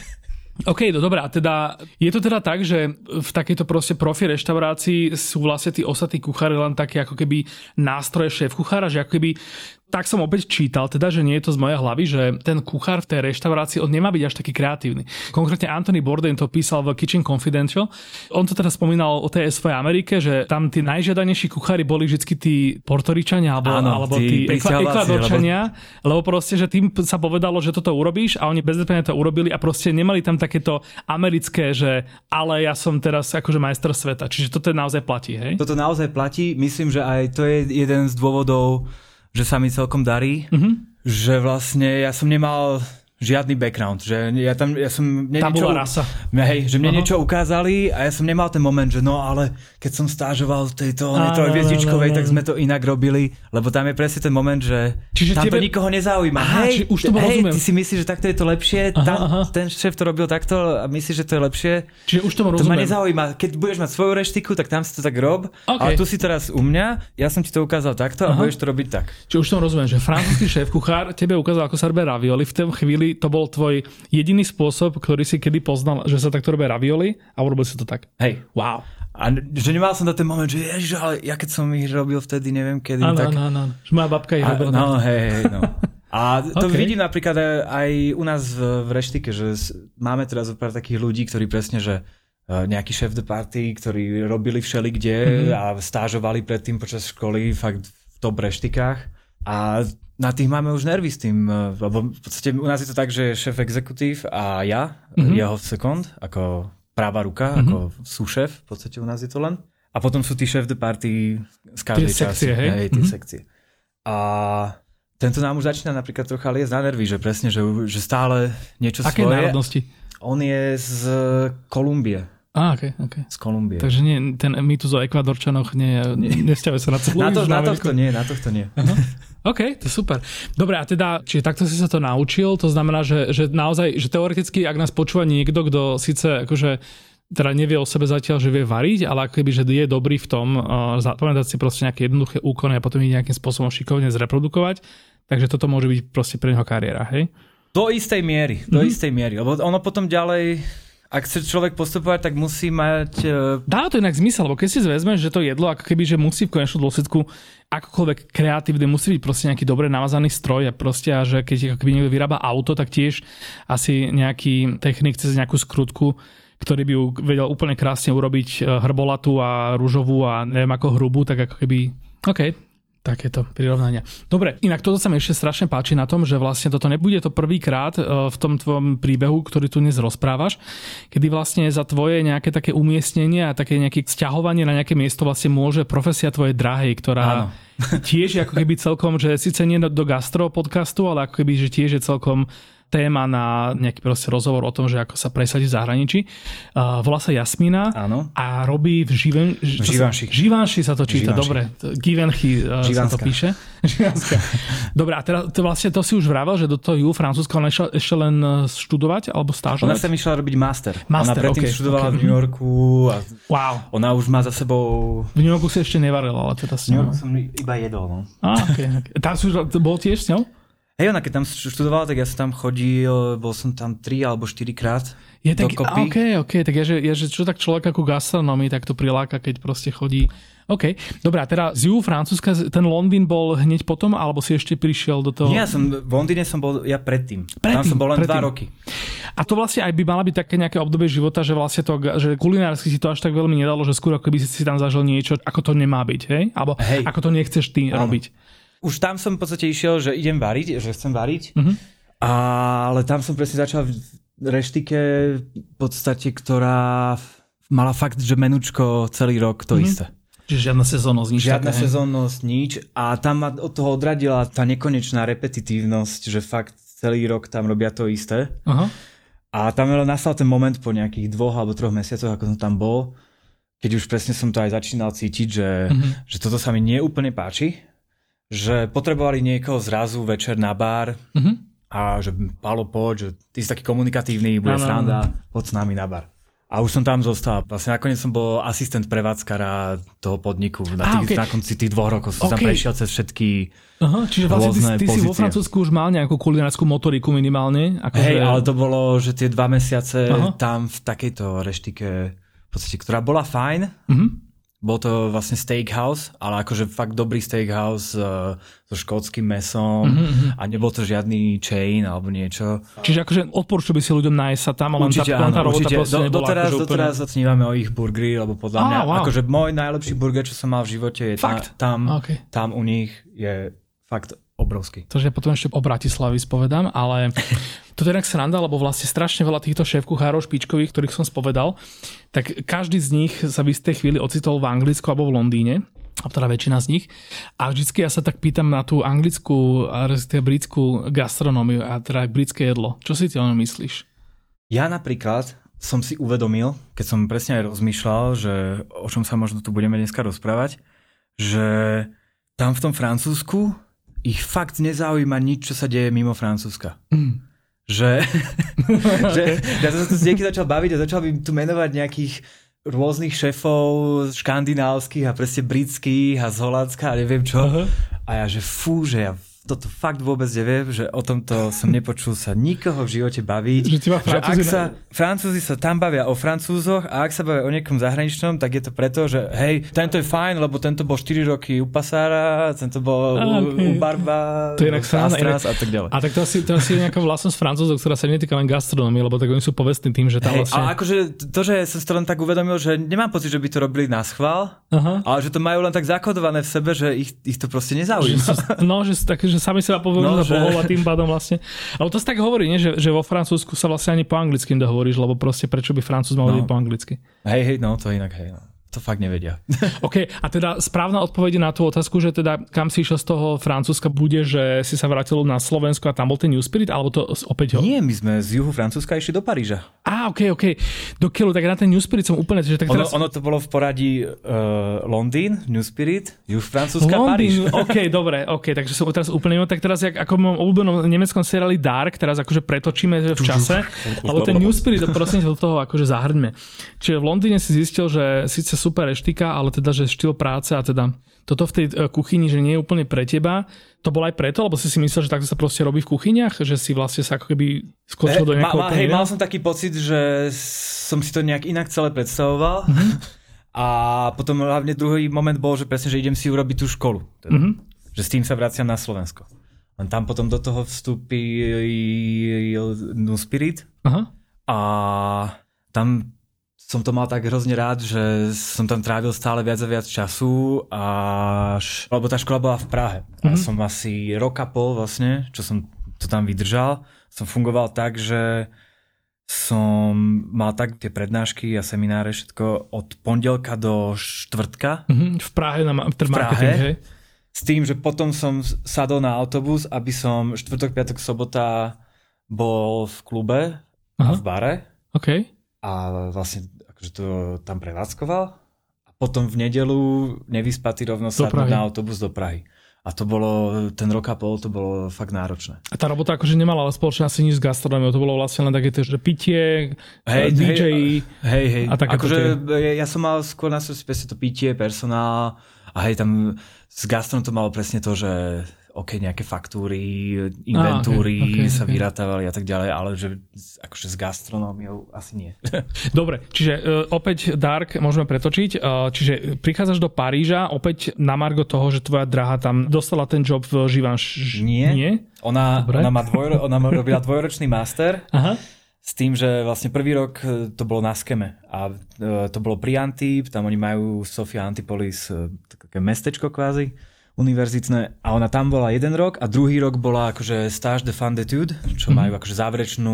OK, no dobrá, teda je to teda tak, že v takejto proste profi reštaurácii sú vlastne tí ostatní kuchári len také ako keby nástroje šéf kuchára, že ako keby tak som opäť čítal, teda, že nie je to z mojej hlavy, že ten kuchár v tej reštaurácii, on nemá byť až taký kreatívny. Konkrétne Anthony Bourdain to písal v Kitchen Confidential. On to teraz spomínal o tej svojej Amerike, že tam tí najžiadanejší kuchári boli vždycky tí Portoričania alebo, Áno, alebo tí, tí Ekvadorčania, lebo... lebo proste, že tým sa povedalo, že toto urobíš a oni bezpečne to urobili a proste nemali tam takéto americké, že ale ja som teraz akože majster sveta. Čiže toto naozaj platí, hej? Toto naozaj platí. Myslím, že aj to je jeden z dôvodov, že sa mi celkom darí, mm-hmm. že vlastne ja som nemal žiadny background, že ja tam, ja som... Mne Tabula niečo, rasa. Hej, že mne uh-huh. niečo ukázali a ja som nemal ten moment, že no ale keď som stážoval v tejto ah, trojhviezdičkovej, no, no, no. tak sme to inak robili, lebo tam je presne ten moment, že Čiže tam tebe... to nikoho nezaujíma. Aha, hej, už to hej rozumiem. Ty si myslíš, že takto je to lepšie, aha, tam, aha. ten šéf to robil takto a myslíš, že to je lepšie. Čiže už to rozumiem. To ma nezaujíma. Keď budeš mať svoju reštiku, tak tam si to tak rob, okay. ale tu si teraz u mňa, ja som ti to ukázal takto aha. a budeš to robiť tak. Čiže už to rozumiem, že francúzsky šéf kuchár tebe ukázal, ako sa robí ravioli, v tej chvíli to bol tvoj jediný spôsob, ktorý si kedy poznal, že sa takto robia ravioli a urobil si to tak. Hej. Wow. A že nemal som na ten moment, že ježiš, ale ja keď som ich robil vtedy, neviem kedy, ano, tak... Áno, áno, áno. Že moja babka ich robila. No, hej, hej, no. A to okay. vidím napríklad aj u nás v, v reštike, že máme teraz pár takých ľudí, ktorí presne, že nejaký šéf de party, ktorí robili všelikde mm-hmm. a stážovali predtým počas školy fakt v top reštikách a na tých máme už nervy s tým, lebo v podstate u nás je to tak, že šéf exekutív a ja, mm-hmm. jeho second, ako práva ruka, mm-hmm. ako súšéf, v podstate u nás je to len. A potom sú tí šéf de party z každej tie sekcie, časti. Hej? Hej, tie mm-hmm. sekcie. A tento nám už začína napríklad trocha liesť na nervy, že presne, že, že stále niečo Aké svoje. Aké národnosti? On je z Kolumbie. Á, okay, okay. Z Kolumbie. Takže nie, ten mýtus o Ekvadorčanoch nie, nevzťahuje sa na celú na, to, na tohto nie, na tohto nie. OK, to je super. Dobre, a teda, čiže takto si sa to naučil, to znamená, že, že naozaj, že teoreticky, ak nás počúva niekto, kto síce akože teda nevie o sebe zatiaľ, že vie variť, ale akoby, že je dobrý v tom uh, zapamätať si proste nejaké jednoduché úkony a potom ich nejakým spôsobom šikovne zreprodukovať, takže toto môže byť proste pre neho kariéra, hej? Do istej miery, do mm-hmm. istej miery, lebo ono potom ďalej ak chce človek postupovať, tak musí mať... Uh... Dá to inak zmysel, lebo keď si zvezmeš, že to jedlo, ako keby, že musí v konečnom dôsledku akokoľvek kreatívne, musí byť proste nejaký dobre namazaný stroj a proste, a že keď ako keby niekto vyrába auto, tak tiež asi nejaký technik cez nejakú skrutku, ktorý by ju vedel úplne krásne urobiť hrbolatú a ružovú a neviem ako hrubú, tak ako keby... OK. Takéto prirovnania. Dobre, inak toto sa mi ešte strašne páči na tom, že vlastne toto nebude to prvýkrát v tom tvojom príbehu, ktorý tu dnes rozprávaš, kedy vlastne za tvoje nejaké také umiestnenie a také nejaké sťahovanie na nejaké miesto vlastne môže profesia tvojej drahej, ktorá Áno. tiež je ako keby celkom, že síce nie do gastro podcastu, ale ako keby, že tiež je celkom téma na nejaký proste rozhovor o tom, že ako sa presadí v zahraničí. Uh, volá sa Jasmína Áno. a robí v Živen... Živanši. Živanši sa to číta, Živanši. dobre. Givenchy uh, sa to píše. Živanska. Dobre, a teraz to vlastne to si už vravel, že do toho Jú Francúzska ona išla ešte len študovať alebo stážovať? Ona sa išla robiť master. Master, ona predtým okay, študovala okay. v New Yorku a wow. ona už má za sebou... V New Yorku si ešte nevarila, ale teda s ňou. V New Yorku som iba jedol, no. Á, okay, okay. Tam si už bol tiež s ňou? Hej, ona keď tam študovala, tak ja som tam chodil, bol som tam tri alebo štyri krát. Je tak, OK, OK, tak je, že, je, že čo tak človek ako gastronomii, tak to priláka, keď proste chodí. OK, dobrá, teda z Jú Francúzska, ten Londýn bol hneď potom, alebo si ešte prišiel do toho? Nie, ja som, v Londýne som bol ja predtým. predtým tam som bol len predtým. dva roky. A to vlastne aj by mala byť také nejaké obdobie života, že vlastne to, že kulinársky si to až tak veľmi nedalo, že skôr ako by si tam zažil niečo, ako to nemá byť, hej? Alebo hej. Ako to nechceš ty Áno. robiť. Už tam som v podstate išiel, že idem variť, že chcem variť, uh-huh. ale tam som presne začal v reštike v podstate, ktorá mala fakt, že menučko celý rok to uh-huh. isté. Čiže žiadna sezónnosť, nič Žiadna také, sezónnosť, nič a tam ma od toho odradila tá nekonečná repetitívnosť, že fakt celý rok tam robia to isté. Uh-huh. A tam nastal ten moment po nejakých dvoch alebo troch mesiacoch, ako som tam bol, keď už presne som to aj začínal cítiť, že, uh-huh. že toto sa mi nie úplne páči. Že potrebovali niekoho zrazu večer na bar uh-huh. a že Pálo, poď, že ty si taký komunikatívny, bude no, sranda, no, no. poď s nami na bar. A už som tam zostal. Vlastne nakoniec som bol asistent prevádzkara toho podniku. Na, tých, okay. na konci tých dvoch rokov som okay. tam prešiel cez všetky Aha, čiže vlastne ty, ty si vo Francúzsku už mal nejakú kulinárskú motoriku minimálne? Ako Hej, že... ale to bolo, že tie dva mesiace Aha. tam v takejto reštike, v podstate, ktorá bola fajn, uh-huh. Bol to vlastne steakhouse, ale akože fakt dobrý steakhouse uh, so škótskym mesom mm-hmm. a nebol to žiadny chain alebo niečo. Čiže akože odporúčam by si ľuďom nájsť sa tam, ale určite, tá, tá áno, určite. proste nebola doteraz, akože doteraz úplne... snívame o ich burgery, lebo podľa mňa, ah, wow. akože môj najlepší burger, čo som mal v živote, je fakt? tam, okay. tam u nich je fakt obrovský. To, že potom ešte o Bratislavy spovedám, ale to je inak sranda, lebo vlastne strašne veľa týchto šéf-kuchárov špičkových, ktorých som spovedal, tak každý z nich sa v istej chvíli ocitol v Anglicku alebo v Londýne, a teda väčšina z nich. A vždycky ja sa tak pýtam na tú anglickú, respektíve britskú gastronómiu a teda aj britské jedlo. Čo si ty o ňom myslíš? Ja napríklad som si uvedomil, keď som presne aj rozmýšľal, že o čom sa možno tu budeme dneska rozprávať, že tam v tom Francúzsku ich fakt nezaujíma nič, čo sa deje mimo Francúzska. Mm. Že, že ja som sa tu s niekým začal baviť a začal by tu menovať nejakých rôznych šéfov škandinávskych a presne britských a z Holandska a neviem čo. Uh-huh. A ja, že fú, že ja toto fakt vôbec neviem, že o tomto som nepočul sa nikoho v živote baviť. Že, že ak sa, Francúzi sa tam bavia o Francúzoch a ak sa bavia o niekom zahraničnom, tak je to preto, že hej, tento je fajn, lebo tento bol štyri roky u Pasára, tento bol ah, okay. u Barba, to je inak Astras a tak ďalej. A tak to asi, to asi je nejaká vlastnosť Francúzov, ktorá sa netýka len gastronomie, lebo tak oni sú povestní tým, že tam hey, vlastne... Ale akože to, že som si to len tak uvedomil, že nemám pocit, že by to robili na schvál, uh-huh. ale že to majú len tak zakodované v sebe, že ich, ich to proste nezaujíma. No, že, tak, že sami seba povedú, no, že... a tým pádom vlastne. Ale to sa tak hovorí, nie? Že, že vo Francúzsku sa vlastne ani po anglicky dohovoríš, lebo proste prečo by Francúz mal no. po anglicky. Hej, hej, no to inak, hej, no. To fakt nevedia. OK, a teda správna odpoveď na tú otázku, že teda kam si išiel z toho Francúzska bude, že si sa vrátil na Slovensko a tam bol ten New Spirit, alebo to opäť ho? Nie, my sme z juhu Francúzska išli do Paríža. Á, OK, OK. Do keľu, tak na ten New Spirit som úplne... Že tak teraz... ono, ono to bolo v poradí uh, Londýn, New Spirit, juh Francúzska, Paríž. OK, dobre, OK, takže som teraz úplne... Tak teraz, jak, ako v mojom obľúbenom nemeckom seriáli Dark, teraz akože pretočíme v čase, lebo ten New Spirit, prosím, do toho akože zahrňme. Čiže v Londýne si zistil, že síce sú super reštika, ale teda, že štýl práce a teda toto v tej kuchyni, že nie je úplne pre teba. To bolo aj preto, lebo si si myslel, že takto sa proste robí v kuchyniach, že si vlastne sa ako keby skočil hey, do nejakého... Ma, ma, hej, mal som taký pocit, že som si to nejak inak celé predstavoval. Mm-hmm. A potom hlavne druhý moment bol, že presne, že idem si urobiť tú školu. Teda. Mm-hmm. Že s tým sa vraciam na Slovensko. Len tam potom do toho vstúpi Nuspirit. Aha. A tam som to mal tak hrozne rád, že som tam trávil stále viac a viac času, až, lebo tá škola bola v Prahe. A mm-hmm. som asi rok a pol vlastne, čo som to tam vydržal, som fungoval tak, že som mal tak tie prednášky a semináre všetko od pondelka do štvrtka. Mm-hmm. V Prahe na ma- v Prahe. Hej. S tým, že potom som sadol na autobus, aby som štvrtok, piatok, sobota bol v klube a v bare. Okay. A vlastne akože to tam prevádzkoval a potom v nedeľu nevyspatý rovno sadnúť na autobus do Prahy. A to bolo, ten rok a pol, to bolo fakt náročné. A tá robota akože nemala ale spoločne asi nič s gastronómiou, to bolo vlastne len také, že pitie, hej, dý džej hej, hej. a také. Akože ja som mal skôr na srdci to pitie, personál a hej, tam s gastrom to malo presne to, že OK, nejaké faktúry, inventúry ah, okay, okay, sa okay. vyrátavali a tak ďalej, ale že akože s gastronómiou asi nie. Dobre, čiže uh, opäť Dark môžeme pretočiť. Uh, čiže prichádzaš do Paríža, opäť na margo toho, že tvoja drahá tam dostala ten job v Givenchy. Nie, nie? Ona, ona, má dvoj, ona má robila dvojročný master. Aha. S tým, že vlastne prvý rok to bolo na Skeme a uh, to bolo pri Antip, tam oni majú Sofia Antipolis, uh, také mestečko kvázi univerzitné a ona tam bola jeden rok a druhý rok bola akože stage de fin d'études, čo mm-hmm. majú akože záverečnú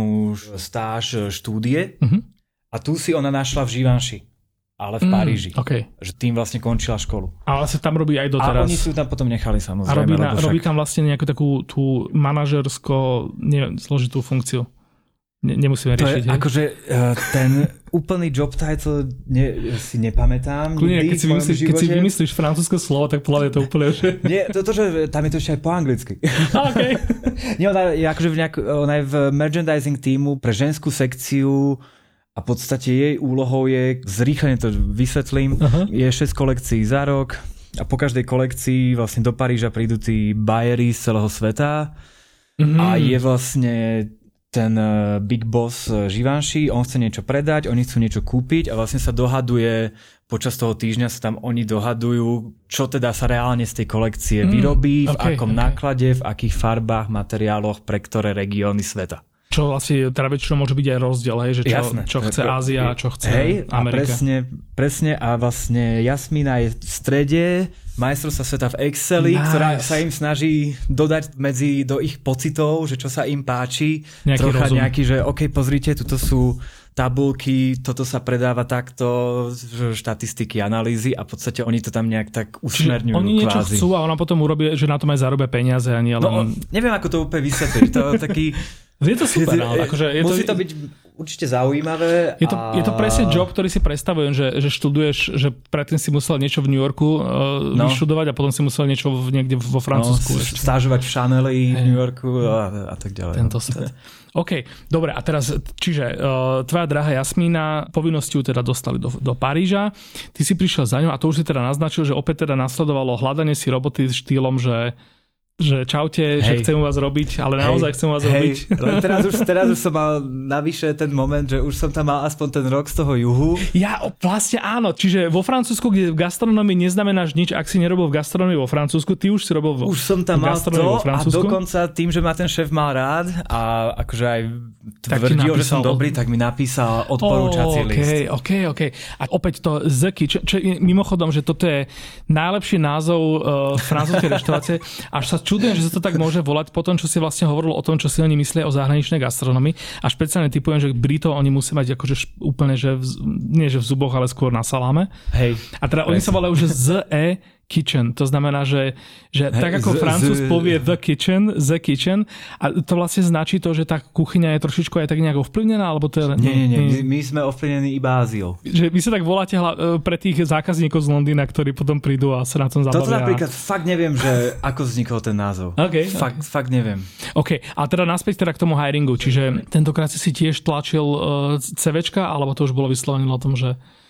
stáž štúdie mm-hmm. a tu si ona našla v Givenchy, ale v mm, Paríži. Okay. Že tým vlastne končila školu. Ale sa tam robí aj doteraz. A oni si tam potom nechali samozrejme. A robí, na, však... robí tam vlastne nejakú takú tú manažersko neviem, zložitú funkciu. Ne, nemusíme to riešiť. Je, akože uh, ten úplný job title ne, si nepamätám. Kľudne, keď, si vymyslíš, keď si vymyslíš francúzske slovo, tak podľa mňa to úplne... Že... Nie, toto, že tam je to ešte aj po anglicky. Okay. Nie, ona je, akože v nejak, ona je v merchandising týmu pre ženskú sekciu a v podstate jej úlohou je, zrýchlene to vysvetlím, uh-huh. je šesť kolekcií za rok a po každej kolekcii vlastne do Paríža prídu tí buyeri z celého sveta mm. a je vlastne ten big boss Givenchy, on chce niečo predať, oni chcú niečo kúpiť a vlastne sa dohaduje, počas toho týždňa sa tam oni dohadujú, čo teda sa reálne z tej kolekcie mm, vyrobí, okay, v akom okay. náklade, v akých farbách, materiáloch, pre ktoré regióny sveta. Čo vlastne teda väčšinou môže byť aj rozdiel, hej, že čo, čo chce Ázia, čo chce hej, Amerika. Presne, presne a vlastne Jasmína je v strede, majstrovstva sveta v Exceli, nice. Ktorá sa im snaží dodať medzi do ich pocitov, že čo sa im páči. Nejaký trocha rozum. Nejaký, že OK, pozrite, tuto sú tabulky, toto sa predáva takto, štatistiky, analýzy a v podstate oni to tam nejak tak usmerňujú. Oni niečo kvázi. Chcú a ona potom urobí, že na tom aj zarobia peniaze. Ani, ale... No, neviem, ako to úplne vysvetliť. To je taký... Je to super, ale akože je musí to... to byť určite zaujímavé. Je to, a... je to presne job, ktorý si predstavujem, že, že študuješ, že predtým si musel niečo v New Yorku uh, no. vyštudovať a potom si musel niečo v, niekde vo Francúzsku. No, stážovať v Chaneli v New Yorku a, a tak ďalej. Tento svet. OK, dobre, a teraz, čiže uh, tvoja drahá Jasmína, povinnosti ju teda dostali do, do Paríža, ty si prišiel za ňou a to už si teda naznačil, že opäť teda nasledovalo hľadanie si roboty s štýlom, že že čaute, hej. Že chcem u vás robiť, ale hej. Naozaj chcem u vás hej. robiť. Teraz už, teraz už som mal navyše ten moment, že už som tam mal aspoň ten rok z toho juhu. Ja, vlastne áno, čiže vo Francúzsku, kde v gastronomii neznamenáš nič, ak si nerobil v gastronomii vo Francúzsku, ty už si robil vo, už som tam v gastronomii vo Francúzsku. A dokonca tým, že ma ten šéf mal rád a akože aj tvrdil, že som dobrý, tak mi napísal odporúčací oh, okay, list. OK, OK. A opäť to The Kitchen, čo je mimochodom, že toto je najlepší názov uh, francúzskej reštaurácie, až sa čudujem, že sa to tak môže volať po tom, čo si vlastne hovoril o tom, čo si oni myslia o zahraničnej gastronomii. A špeciálne typujem, že Brito oni musia mať akože úplne, že v, nie že v zuboch, ale skôr na saláme. Hej. A teda oni sa volajú, že Z E Kitchen. To znamená, že, že hey, tak ako z, Francúz z... povie The Kitchen, The Kitchen, a to vlastne značí to, že tá kuchyňa je trošičku aj tak nejak ovplyvnená, alebo to je... Nie, nie, nie. My, my sme ovplyvnení iba Áziou. Že vy sa tak voláte hla, pre tých zákazníkov z Londýna, ktorí potom prídu a sa na tom zabavia. Toto napríklad fakt neviem, že ako vznikol ten názov. Okay, fakt, okay. fakt neviem. OK, a teda naspäť teda k tomu hiringu, čiže tentokrát si si tiež tlačil uh, CVčka, alebo to už bolo vyslovené o tom, že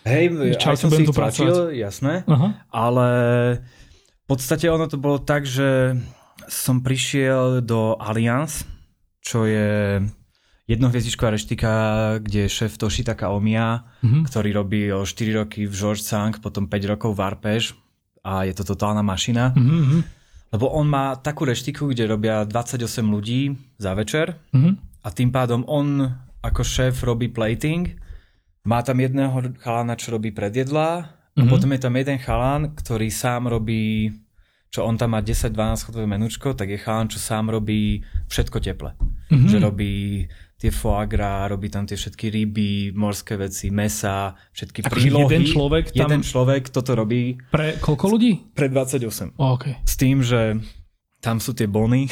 Hej, aj som si ich tlačil, jasné, uh-huh. ale v podstate ono to bolo tak, že som prišiel do Allianz, čo je jednohviezdičková reštika, kde je šéf Toshitaka Omiya, uh-huh. ktorý robí o štyri roky v George Sang, potom päť rokov v Arpège a je to totálna mašina. Uh-huh. Lebo on má takú reštiku, kde robia dvadsaťosem ľudí za večer uh-huh. a tým pádom on ako šéf robí plating, má tam jedného chalána, čo robí predjedlá uh-huh. a potom je tam jeden chalán, ktorý sám robí, čo on tam má desať dvanásť chodové menučko, tak je chalán, čo sám robí všetko teple. Uh-huh. Že robí tie foie gras, robí tam tie všetky ryby, morské veci, mesa, všetky ako prílohy. Jeden človek tam... Jeden človek toto robí. Pre koľko ľudí? Pre dvadsaťosem. Oh, okay. S tým, že tam sú tie bony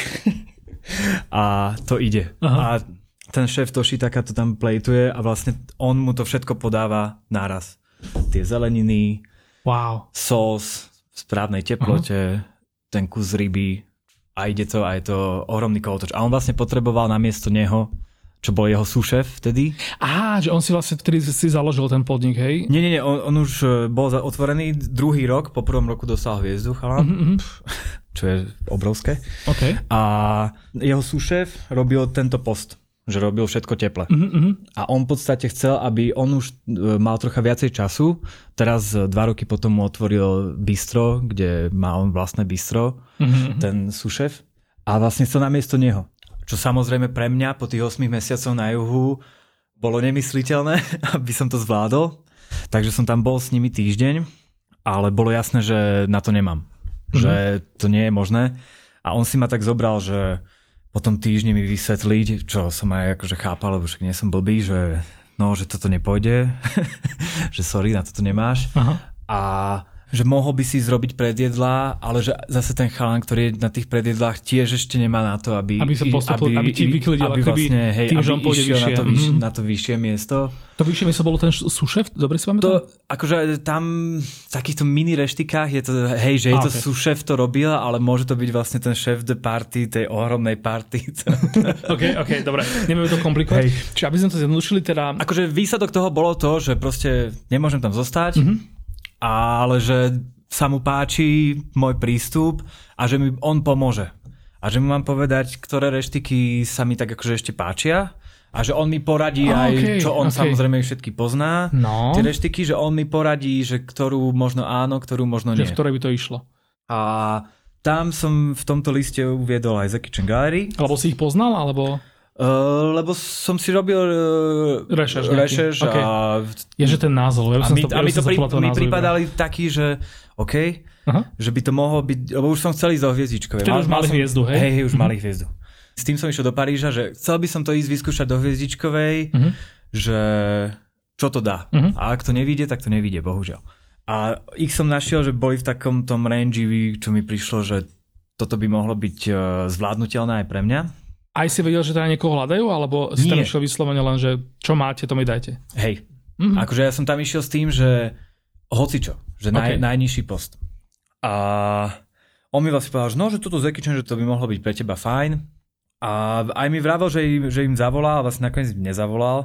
a to ide. Aha. A ten šéf Toshitaka to tam plejtuje a vlastne on mu to všetko podáva naraz. Tie zeleniny, wow. sós v správnej teplote, aha. ten kus ryby a ide to a je to ohromný kolotoč. A on vlastne potreboval namiesto neho, čo bol jeho súšef vtedy. Á, že on si vlastne vtedy si založil ten podnik, hej? Nie, nie, nie, on, on už bol otvorený druhý rok, po prvom roku dostal hviezdu, chalán, mm-hmm. čo je obrovské. Okay. A jeho súšef robil tento post, že robil všetko teple. Mm-hmm. A on v podstate chcel, aby on už mal trocha viacej času. Teraz dva roky potom mu otvoril bistro, kde má on vlastné bistro, mm-hmm. ten súšef. A vlastne chcel namiesto neho. Čo samozrejme pre mňa po tých ôsmich mesiacov na juhu bolo nemysliteľné, aby som to zvládol. Takže som tam bol s nimi týždeň, ale bolo jasné, že na to nemám. Mm-hmm. Že to nie je možné. A on si ma tak zobral, že po tom týždni mi vysvetliť, čo som aj akože chápal, lebo však nie som blbý, že no, že toto nepôjde, že sorry, na toto nemáš. Aha. A že mohol by si zrobiť predjedlá, ale že zase ten chalán, ktorý je na tých predjedlách, tiež ešte nemá na to, aby... Aby sa postupil, aby, aby ti vyklidil, aby vlastne, hej, tým, že on pôjde vyššie. Na to, vyš, mm. na to vyššie miesto. To vyššie miesto bolo ten súšef? Dobre si pamätám? To, akože tam v takýchto mini reštikách je to, hej, že je to okay. súšef to robil, ale môže to byť vlastne ten šéf de party, tej ohromnej party. OK, OK, dobre. Nebudeme to komplikovať. Hej. Čiže aby sme to zjednodušili teda... Akože výsledok toho bolo to, že proste nemôžem tam zostať, mm-hmm. ale že sa mu páči môj prístup a že mi on pomôže. A že mu mám povedať, ktoré reštiky sa mi tak akože ešte páčia a že on mi poradí oh, aj, okay, čo on okay. samozrejme všetky pozná. No. Tie reštiky, že on mi poradí, že ktorú možno áno, ktorú možno nie. Že v ktorej by to išlo. A tam som v tomto liste uviedol aj The Kitchen Gallery. Alebo si ich poznal, alebo... Uh, lebo som si robil uh, rešerš, rešerš okay. a... Je, že ten názov. Ja a, som my, to, a mi to, pri, to mi pripadali taký, že OK, aha. že by to mohlo byť, lebo už som chcel ísť do hviezdičkovej. Vtedy už mali som, hviezdu, hej? Hej, hej, už mali hviezdu. S tým som išiel do Paríža, že chcel by som to ísť vyskúšať do hviezdičkovej, uh-huh. že čo to dá. Uh-huh. A ak to nevíde, tak to nevíde, bohužiaľ. A ich som našiel, že boli v takom tom range, čo mi prišlo, že toto by mohlo byť zvládnutelné aj pre mňa. Aj si vedel, že teda niekoho hľadajú, alebo si Nie. tam išiel vyslovene len, že čo máte, to mi dajte? Hej. Mm-hmm. Akože ja som tam išiel s tým, že hocičo, že okay. naj, najnižší post. A on mi vlastne povedal, že no, že toto z Kitchen, že to by mohlo byť pre teba fajn. A aj mi vravel, že im, že im zavolal, a vlastne nakoniec im nezavolal.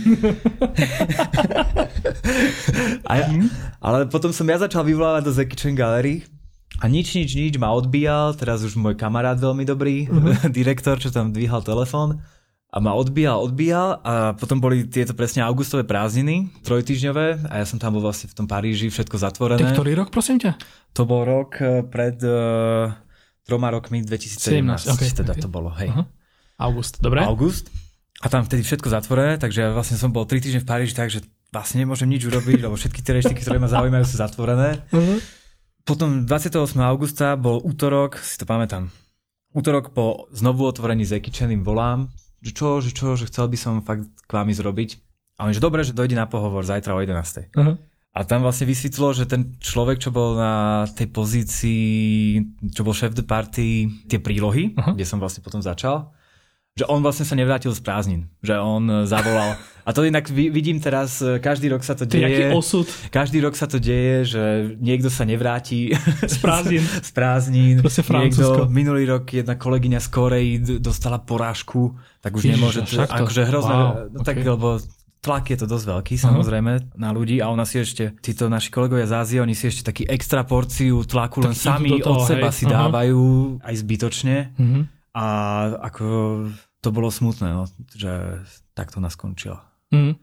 a ja, ale potom som ja začal vyvolávať do The Kitchen Gallery. A nič, nič, nič ma odbíjal, teraz už môj kamarát veľmi dobrý, uh-huh. direktor, čo tam dvíhal telefón a ma odbíjal, odbíjal a potom boli tieto presne augustové prázdniny, trojtýždňové a ja som tam bol vlastne v tom Paríži, všetko zatvorené. To ktorý rok, prosím ťa? To bol rok pred uh, troma rokmi, dvetisícsedemnásť, okay, teda okay. to bolo, hej. Uh-huh. August, dobre. August a tam vtedy všetko zatvorené, takže ja vlastne som bol tri týždne v Paríži, takže vlastne nemôžem nič urobiť, lebo všetky tie reštiky, ktoré ma zaujímajú, sú zatvorené. Uh-huh. Potom dvadsiateho ôsmeho augusta bol útorok, si to pamätám, útorok po znovu otvorení The Kitchen im volám, že čo, že čo, že chcel by som fakt k vám ísť robiť. A on že dobre, že dojde na pohovor zajtra o jedenástej. Uh-huh. A tam vlastne vysvetlo, že ten človek, čo bol na tej pozícii, čo bol šéf de party, tie prílohy, uh-huh. kde som vlastne potom začal, že on vlastne sa nevrátil z prázdnin, že on zavolal. A to inak vidím teraz, každý rok sa to deje. To je aký osud. Každý rok sa to deje, že niekto sa nevráti z prázdnin. z prázdnin. Proste Francúzsko. Niekto, minulý rok jedna kolegyňa z Korei dostala porážku, tak už Ježiš, nemôže. To, akože hrozné. Wow, no, okay. Tak, lebo tlak je to dosť veľký, samozrejme, uh-huh. na ľudí a ona si ešte, títo naši kolegovia z Ázie, oni si ešte taký extra porciu tlaku len tak sami toho, od seba hej. si uh-huh. dávajú aj zbytočne uh-huh. a ako to bolo smutné, no, že takto nás skončila. Uh-huh.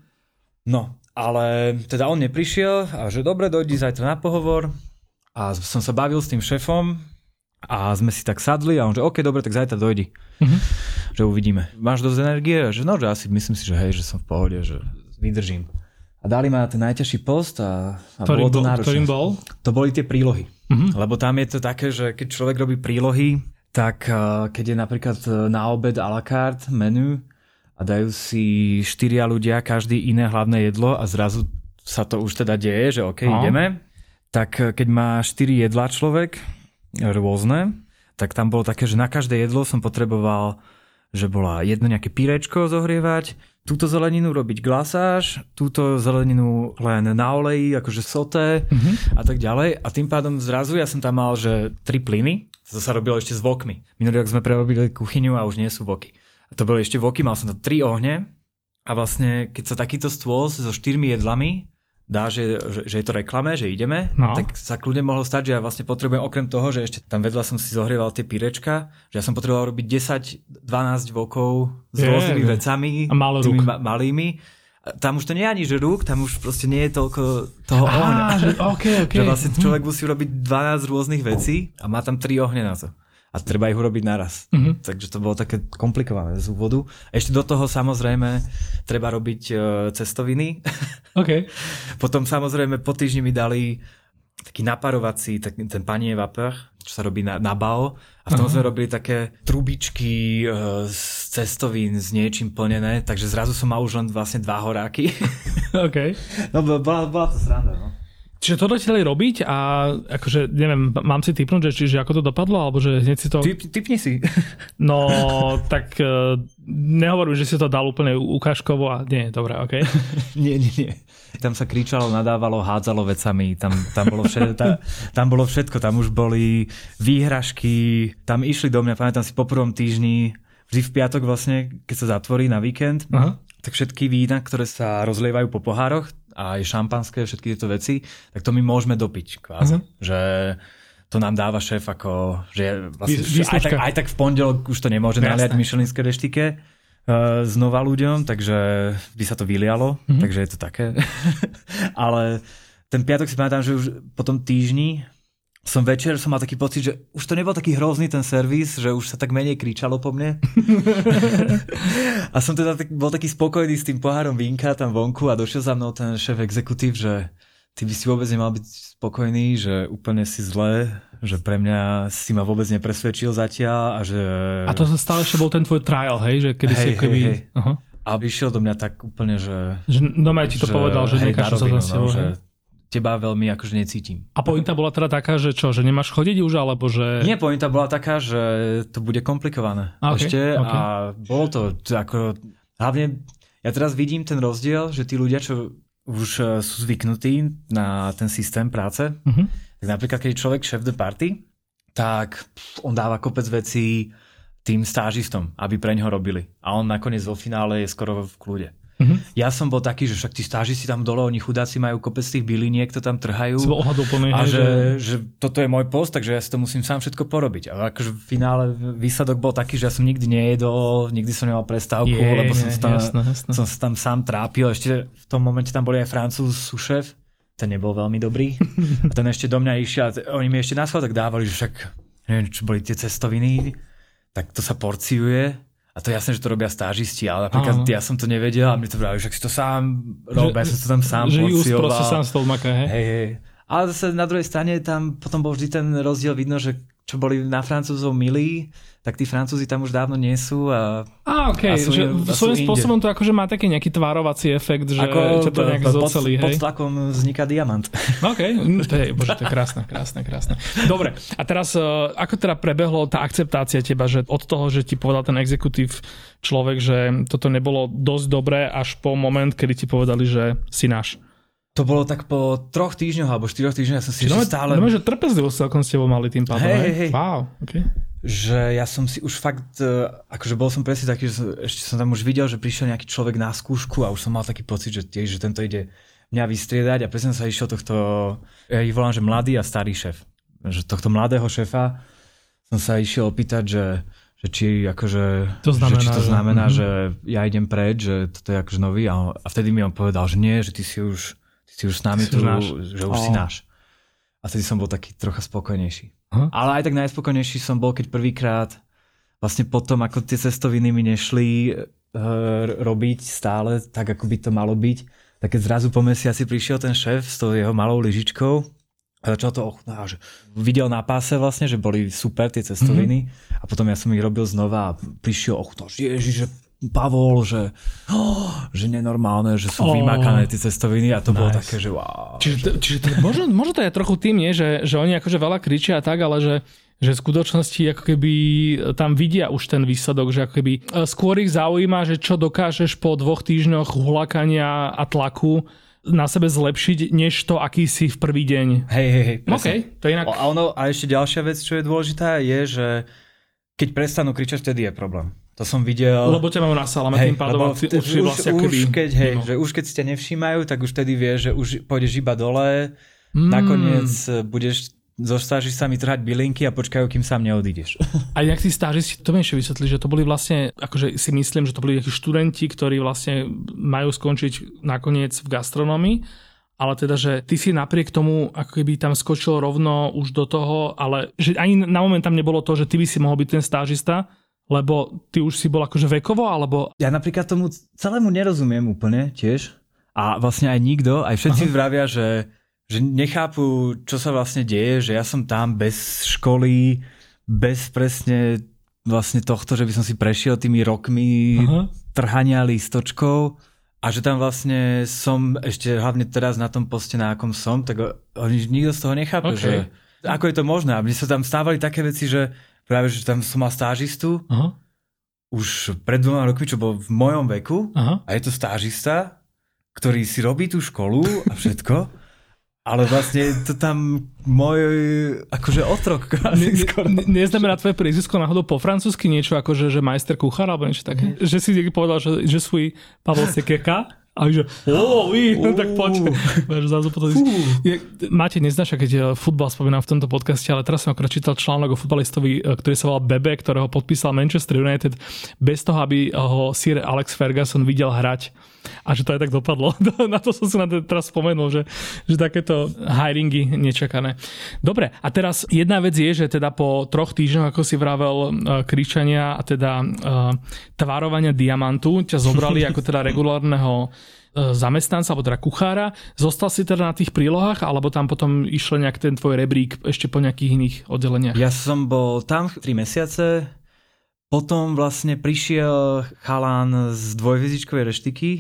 No, ale teda on neprišiel a že dobre, dojdi zajtra na pohovor a som sa bavil s tým šéfom a sme si tak sadli a on že OK, dobre, tak zajtra dojdi. Uh-huh. Že uvidíme. Máš dosť energie? Že no, že asi myslím si, že hej, že som v pohode, že vydržím. A dali ma na ten najťažší post a, a bolo to náročné. Ktorým bol? To boli tie prílohy. Uh-huh. Lebo tam je to také, že keď človek robí prílohy, tak keď je napríklad na obed à la carte menu a dajú si štyria ľudia, každý iné hlavné jedlo a zrazu sa to už teda deje, že OK, uh-huh. ideme. Tak keď má štyri jedlá človek, rôzne, tak tam bolo také, že na každé jedlo som potreboval, že bola jedno nejaké pyrečko zohrievať, túto zeleninu robiť glasáž, túto zeleninu len na oleji, akože soté mm-hmm. a tak ďalej. A tým pádom zrazu ja som tam mal, že tri plyny, to sa robilo ešte s vokmi. Minulý rok sme prerobili kuchyňu a už nie sú voky. A to boli ešte voky, mal som tam tri ohne a vlastne keď sa takýto stôl so štyrmi jedlami dá, že, že, že je to reklame, že ideme, no. tak sa kľudne mohlo stať, že ja vlastne potrebujem okrem toho, že ešte tam vedľa som si zohrieval tie pyrečka, že ja som potreboval robiť desať dvanásť vokov s je, rôznymi je. vecami, tými ma- malými. Tam už to nie je ani, že rúk, tam už proste nie je toľko toho Aha, ohňa. Že, okay, okay. že vlastne človek musí robiť dvanásť rôznych vecí a má tam tri ohne na to. A treba ich urobiť naraz. Mm-hmm. Takže to bolo také komplikované z úvodu. Ešte do toho samozrejme treba robiť uh, cestoviny. Okay. Potom samozrejme po týždni mi dali taký naparovací, tak, ten panier vapeur, čo sa robí na, na bao. A v tom uh-huh. sme robili také trubičky uh, z cestovín s niečím plnené. Takže zrazu som mal už len vlastne dva horáky. Okay. No bola, bola to sranda, no. Čiže to chceli robiť a akože, neviem, mám si tipnúť, že čiže ako to dopadlo, alebo že hneď si to... Typ, typni si. No, tak uh, nehovorím, že si to dal úplne ukážkovo a nie, dobré, okej. Okay. nie, nie, nie. Tam sa kričalo, nadávalo, hádzalo vecami, tam, tam, bolo všetko, tam, tam bolo všetko, tam už boli výhražky, tam išli do mňa, pamätám si po prvom týždni, vždy v piatok vlastne, keď sa zatvorí na víkend, uh-huh. tak všetky vína, ktoré sa rozlievajú po pohároch, a aj šampanské, všetky tieto veci, tak to my môžeme dopiť kvázi. Uh-huh. Že to nám dáva šéf ako, že vlastne, Vy, aj, tak, aj tak v pondelok už to nemôže Jasné. naliať v Michelinskej reštike uh, znova ľuďom, takže by sa to vylialo, uh-huh. takže je to také. Ale ten piatok si pamätám, že už po tom týždni som večer, som mal taký pocit, že už to nebol taký hrozný ten servis, že už sa tak menej kričalo po mne. A som teda tak, bol taký spokojný s tým pohárom vínka tam vonku a došiel za mnou ten šéf exekutív, že ty by si vôbec nemal byť spokojný, že úplne si zle, že pre mňa si ma vôbec nepresvedčil zatiaľ a že... A to stále ešte bol ten tvoj trial, hej? Že kedy hej, si keby... Hej, hej. Uh-huh. A vyšiel do mňa tak úplne, že... Že doma ti to že, povedal, že nekáš sa za no, že teba veľmi akože necítim. A pointa bola teda taká, že čo, že nemáš chodiť už, alebo že... Nie, pointa bola taká, že to bude komplikované. Okay, ešte okay. A bolo to, to ako... Hlavne, ja teraz vidím ten rozdiel, že tí ľudia, čo už sú zvyknutí na ten systém práce, uh-huh. tak napríklad, keď je človek šéf de party, tak on dáva kopec vecí tým stážistom, aby preňho robili. A on nakoniec vo finále je skoro v kľude. Uh-huh. Ja som bol taký, že však tí stážisti tam dole, oni chudáci majú kopec tých byliniek, to tam trhajú. Ohľaduplný, a že, že toto je môj post, takže ja si to musím sám všetko porobiť. A akože v finále výsledok bol taký, že ja som nikdy nejedol, nikdy som nemal prestávku, je, lebo som, je, tam, jasné, jasné. som sa tam sám trápil. Ešte v tom momente tam boli aj Francúz, sušef, ten nebol veľmi dobrý. A ten ešte do mňa išiel, oni mi ešte na schválek dávali, že však, neviem, čo boli tie cestoviny, tak to sa porciuje. A to je jasné, že to robia stážisti, ale napríklad ja som to nevedel a mi to vrali, že si to sám robil, ja som to tam sám že porcioval. Že just proste sám z toho maká, hej? Hej, hej. Ale zase na druhej strane tam potom bol vždy ten rozdiel vidno, že čo boli na Francúzov milí, tak tí Francúzi tam už dávno nie sú. A, Á, okej, okay. že svojím spôsobom to akože má taký nejaký tvárovací efekt, že ako ťa to nejak zocelí, hej? Pod tlakom vzniká diamant. Okej, okay. Bože, to je krásne, krásne, krásne. Dobre, a teraz ako teda prebehlo tá akceptácia teba, že od toho, že ti povedal ten exekutív človek, že toto nebolo dosť dobré, až po moment, kedy ti povedali, že si náš? To bolo tak po troch týždňoch alebo štyroch týždňoch, ja som si ešte stále... No, že trpezlivosť celkom s tebou mali tým pádom, hej, hej. Wow, okay. že ja som si už fakt, akože bol som presne taký, že som, ešte som tam už videl, že prišiel nejaký človek na skúšku a už som mal taký pocit, že tiež, že tento ide mňa vystriedať a presne sa išiel tohto, ja ich volám, že mladý a starý šéf. Že tohto mladého šéfa som sa išiel opýtať, že, že či, akože, to znamená, že, či to znamená, že, že ja idem preč, že toto je akože nový a, a vtedy mi on povedal, že nie, že ty si už, ty si už s nami tu, že už oh. si náš. A vtedy som bol taký trocha spokojnejší. Huh? Ale aj tak najspokojnejší som bol, keď prvýkrát vlastne potom, ako tie cestoviny mi nešli uh, robiť stále tak, ako by to malo byť, tak keď zrazu po mesiaci prišiel ten šéf s tou jeho malou lyžičkou a začal to ochutnávať, že videl na páse vlastne, že boli super tie cestoviny mm-hmm. a potom ja som ich robil znova a prišiel ochutnával, že ježiš, že Pavol, že, oh, že nenormálne, že sú oh. vymakané tie cestoviny a to nice. Bolo také, že wow. Čiže, to, čiže to, možno, možno to je trochu tým, nie? Že, že oni akože veľa kričia a tak, ale že, že v skutočnosti ako keby tam vidia už ten výsledok, že ako keby skôr ich zaujíma, že čo dokážeš po dvoch týždňoch hulakania a tlaku na sebe zlepšiť, než to, aký si v prvý deň. Hej, hej, hej. OK, to je inak. A, ono, a ešte ďalšia vec, čo je dôležitá, je, že keď prestanú kričať, vtedy je problém. To som videl. Lebo ťa majú na salame, tým pádom ty, už, už, vlastne už, keby... keď, hej, že už keď si ťa nevšímajú, tak už vtedy vieš, že už pôjdeš iba dole, mm. nakoniec budeš so stážistami trhať bylinky a počkajú, kým sám neodídeš. A jak tí stážisti, to mi ešte vysvetli, že to boli vlastne, akože si myslím, že to boli nejakí študenti, ktorí vlastne majú skončiť nakoniec v gastronómii, ale teda, že ty si napriek tomu, ako keby tam skočil rovno už do toho, ale že ani na moment tam nebolo to, že ty by si mohol byť ten stážista, lebo ty už si bol akože vekovo, alebo... Ja napríklad tomu celému nerozumiem úplne tiež. A vlastne aj nikto, aj všetci Aha. vravia, že, že nechápu, čo sa vlastne deje, že ja som tam bez školy, bez presne vlastne tohto, že by som si prešiel tými rokmi Aha. trhania lístočkov a že tam vlastne som ešte hlavne teraz na tom poste, na akom som, tak oni nikto z toho nechápe, okay. že ako je to možné. A mne sa tam stávali také veci, že práve, že tam som mal stážistu Aha. už pred dvoma rokmi, čo bol v mojom veku Aha. a je to stážista, ktorý si robí tú školu a všetko, ale vlastne to tam môj akože otrok. Ne, ne, neznamená tvoje prízvisko náhodou po francúzsky niečo ako, že, že majster kuchár alebo niečo také? Mm. Že si niekedy povedal, že, že svoj Pavel Sekeka? A že, oh, ví, no tak poď. Máte neznáša, keď futbal spomínam v tomto podcaste, ale teraz som akorát čítal článok o futbalistovi, ktorý sa volal Bebe, ktorého podpísal Manchester United bez toho, aby ho Sir Alex Ferguson videl hrať. A že to aj tak dopadlo. Na to som si na to teraz spomenul, že, že takéto hiringy nečakané. Dobre, a teraz jedna vec je, že teda po troch týždňoch, ako si vravel, kričania a teda uh, tvarovania diamantu, ťa zobrali ako teda regulárneho zamestnanca, alebo teda kuchára. Zostal si teda na tých prílohách, alebo tam potom išiel nejak ten tvoj rebrík ešte po nejakých iných oddeleniach? Ja som bol tam tri mesiace, potom vlastne prišiel chalán z dvojhviezdičkovej reštiky,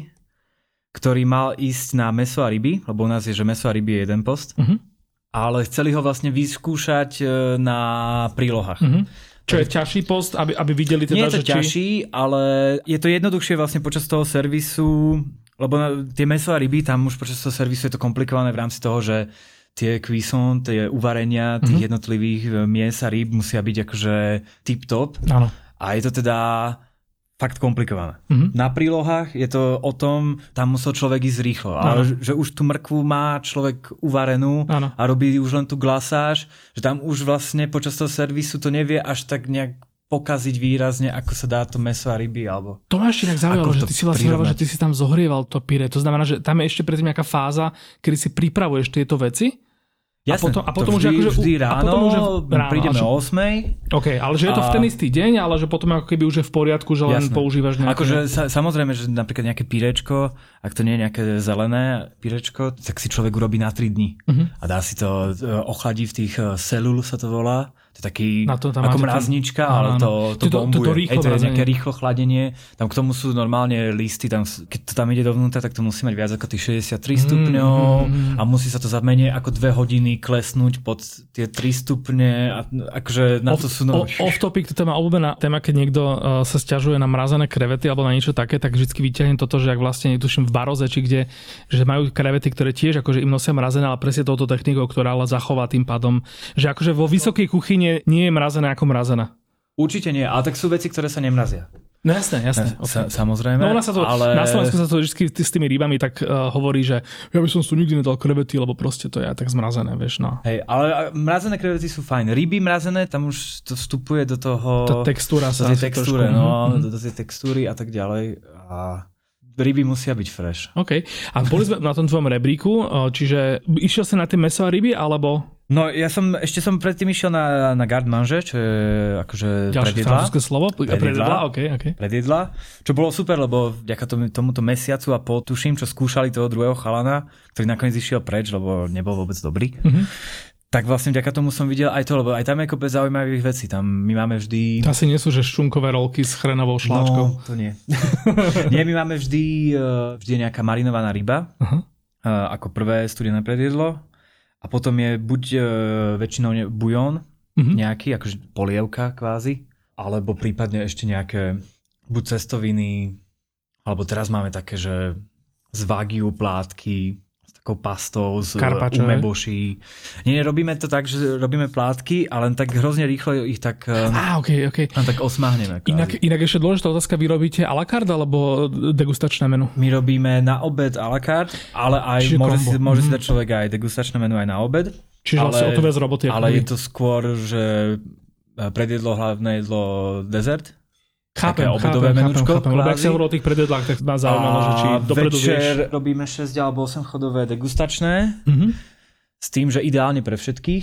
ktorý mal ísť na mäso a ryby, lebo u nás je, že mäso a ryby je jeden post, uh-huh. ale chceli ho vlastne vyskúšať na prílohách. Uh-huh. Čo je ťažší post, aby, aby videli teda, Nie je to že ťažší, či... ale je to jednoduchšie vlastne počas toho servisu, lebo na, tie mäso a ryby, tam už počas toho servisu je to komplikované v rámci toho, že tie cuisson, tie uvarenia tých mm-hmm. jednotlivých mies a rýb musia byť akože tip-top. Áno. A je to teda fakt komplikované. Mm-hmm. Na prílohách je to o tom, tam musel človek ísť rýchlo. Ale že už tú mrkvu má človek uvarenú ano. A robí už len tú glasáž, že tam už vlastne počas toho servisu to nevie až tak nejak pokaziť výrazne, ako sa dá to mäso a ryby, alebo... To ma ešte nejak zaujalo, že ty si vlastne hovoril, že ty si tam zohrieval to pyré. To znamená, že tam je ešte predtým nejaká fáza, kedy si pripravuješ tieto veci? Jasné, a potom, a potom to vždy, už akože, vždy ráno, a potom už ráno, prídeme o osmej. OK, ale že je to v ten istý deň, ale že potom ako keby už je v poriadku, že len jasné. Používaš nejaké... Akože sa, samozrejme, že napríklad nejaké pyrečko, ak to nie je nejaké zelené pyrečko, tak si človek urobí na tri dni. Uh-huh. A dá si to, ochladí v tých celul sa to volá. To je taký to ako mraznička, ten... ale to, to, to bombuje. To, to, to, Hej, to je nejaké rýchlo chladenie. Tam k tomu sú normálne listy, tam, keď to tam ide dovnútra, tak to musí mať viac ako tých šesťdesiattri mm, stupňov mm, a musí sa to za menej ako dve hodiny klesnúť pod tie tri stupne. A, akože na off, to sú... No... Off topic, to je má obľúbená téma, keď niekto uh, sa sťažuje na mrazené krevety alebo na niečo také, tak vždycky vyťahnem toto, že ak vlastne netuším v Baroze, či kde, že majú krevety, ktoré tiež akože im nosia mrazené, ale presne touto technikou, ktorá ale zachová tým pádom, že akože vo vysokej kuchyni nie je mrazené ako mrazená. Určite nie, ale tak sú veci, ktoré sa nemrazia. No jasné, jasné. Okay. Sa, samozrejme. No, sa to, ale... Na Slovensku sa to vždy s tými rybami tak uh, hovorí, že ja by som tu nikdy nedal krevety, lebo proste to je tak zmrazené, vieš, no. Hej, ale mrazené krevety sú fajn. Ryby mrazené, tam už to vstupuje do toho... Tá textúra sa... Do tej textúre, trošku, no, mm-hmm. do, do tej textúry a tak ďalej. A ryby musia byť fresh. OK. A boli sme na tom tvojom rebríku, čiže išiel si na tie mäso a ryby, alebo... No ja som, ešte som predtým išiel na, na garde-manger, čo je akože ďalšie predjedla. francúzske slovo? Predjedla, OK, OK. Predjedla, čo bolo super, lebo vďaka tomu, tomuto mesiacu a pol, tuším, čo skúšali toho druhého chalana, ktorý nakoniec išiel preč, lebo nebol vôbec dobrý. Mm-hmm. Tak vlastne vďaka tomu som videl aj to, lebo aj tam je kopec zaujímavých vecí. Tam my máme vždy... To asi nie sú, že ščunkové rolky s chrenovou šláčkou. No, to nie. Nie, my máme vždy, vždy nejaká marinovaná ryba, uh-huh. ako prvé studené predjedlo. A potom je buď e, väčšinou ne, bujón, uh-huh. nejaký, akože polievka kvázi, alebo prípadne ešte nejaké buď cestoviny, alebo teraz máme také, že z wagiu plátky, s takou pastou, z umeboshi. Nie, robíme to tak, že robíme plátky a len tak hrozne rýchlo ich tak, ah, okay, okay. len tak osmahneme. Inak, inak ešte dôležitá otázka, vy robíte à la carte alebo degustačné menu? My robíme na obed à la carte, ale aj čiže môže, si, môže si dať človek aj degustačné menu aj na obed. Čiže ale, o to viac roboty. Ale je to skôr, že predjedlo, hlavné jedlo, dezert. Chápem, obedové chápem, menučko. Chápem, lebo ak sa hovorilo o tých predjedlách, tak ma zaujímalo, že či dopredu vieš. Večer robíme šesť alebo osem chodové degustačné, mm-hmm. s tým, že ideálne pre všetkých,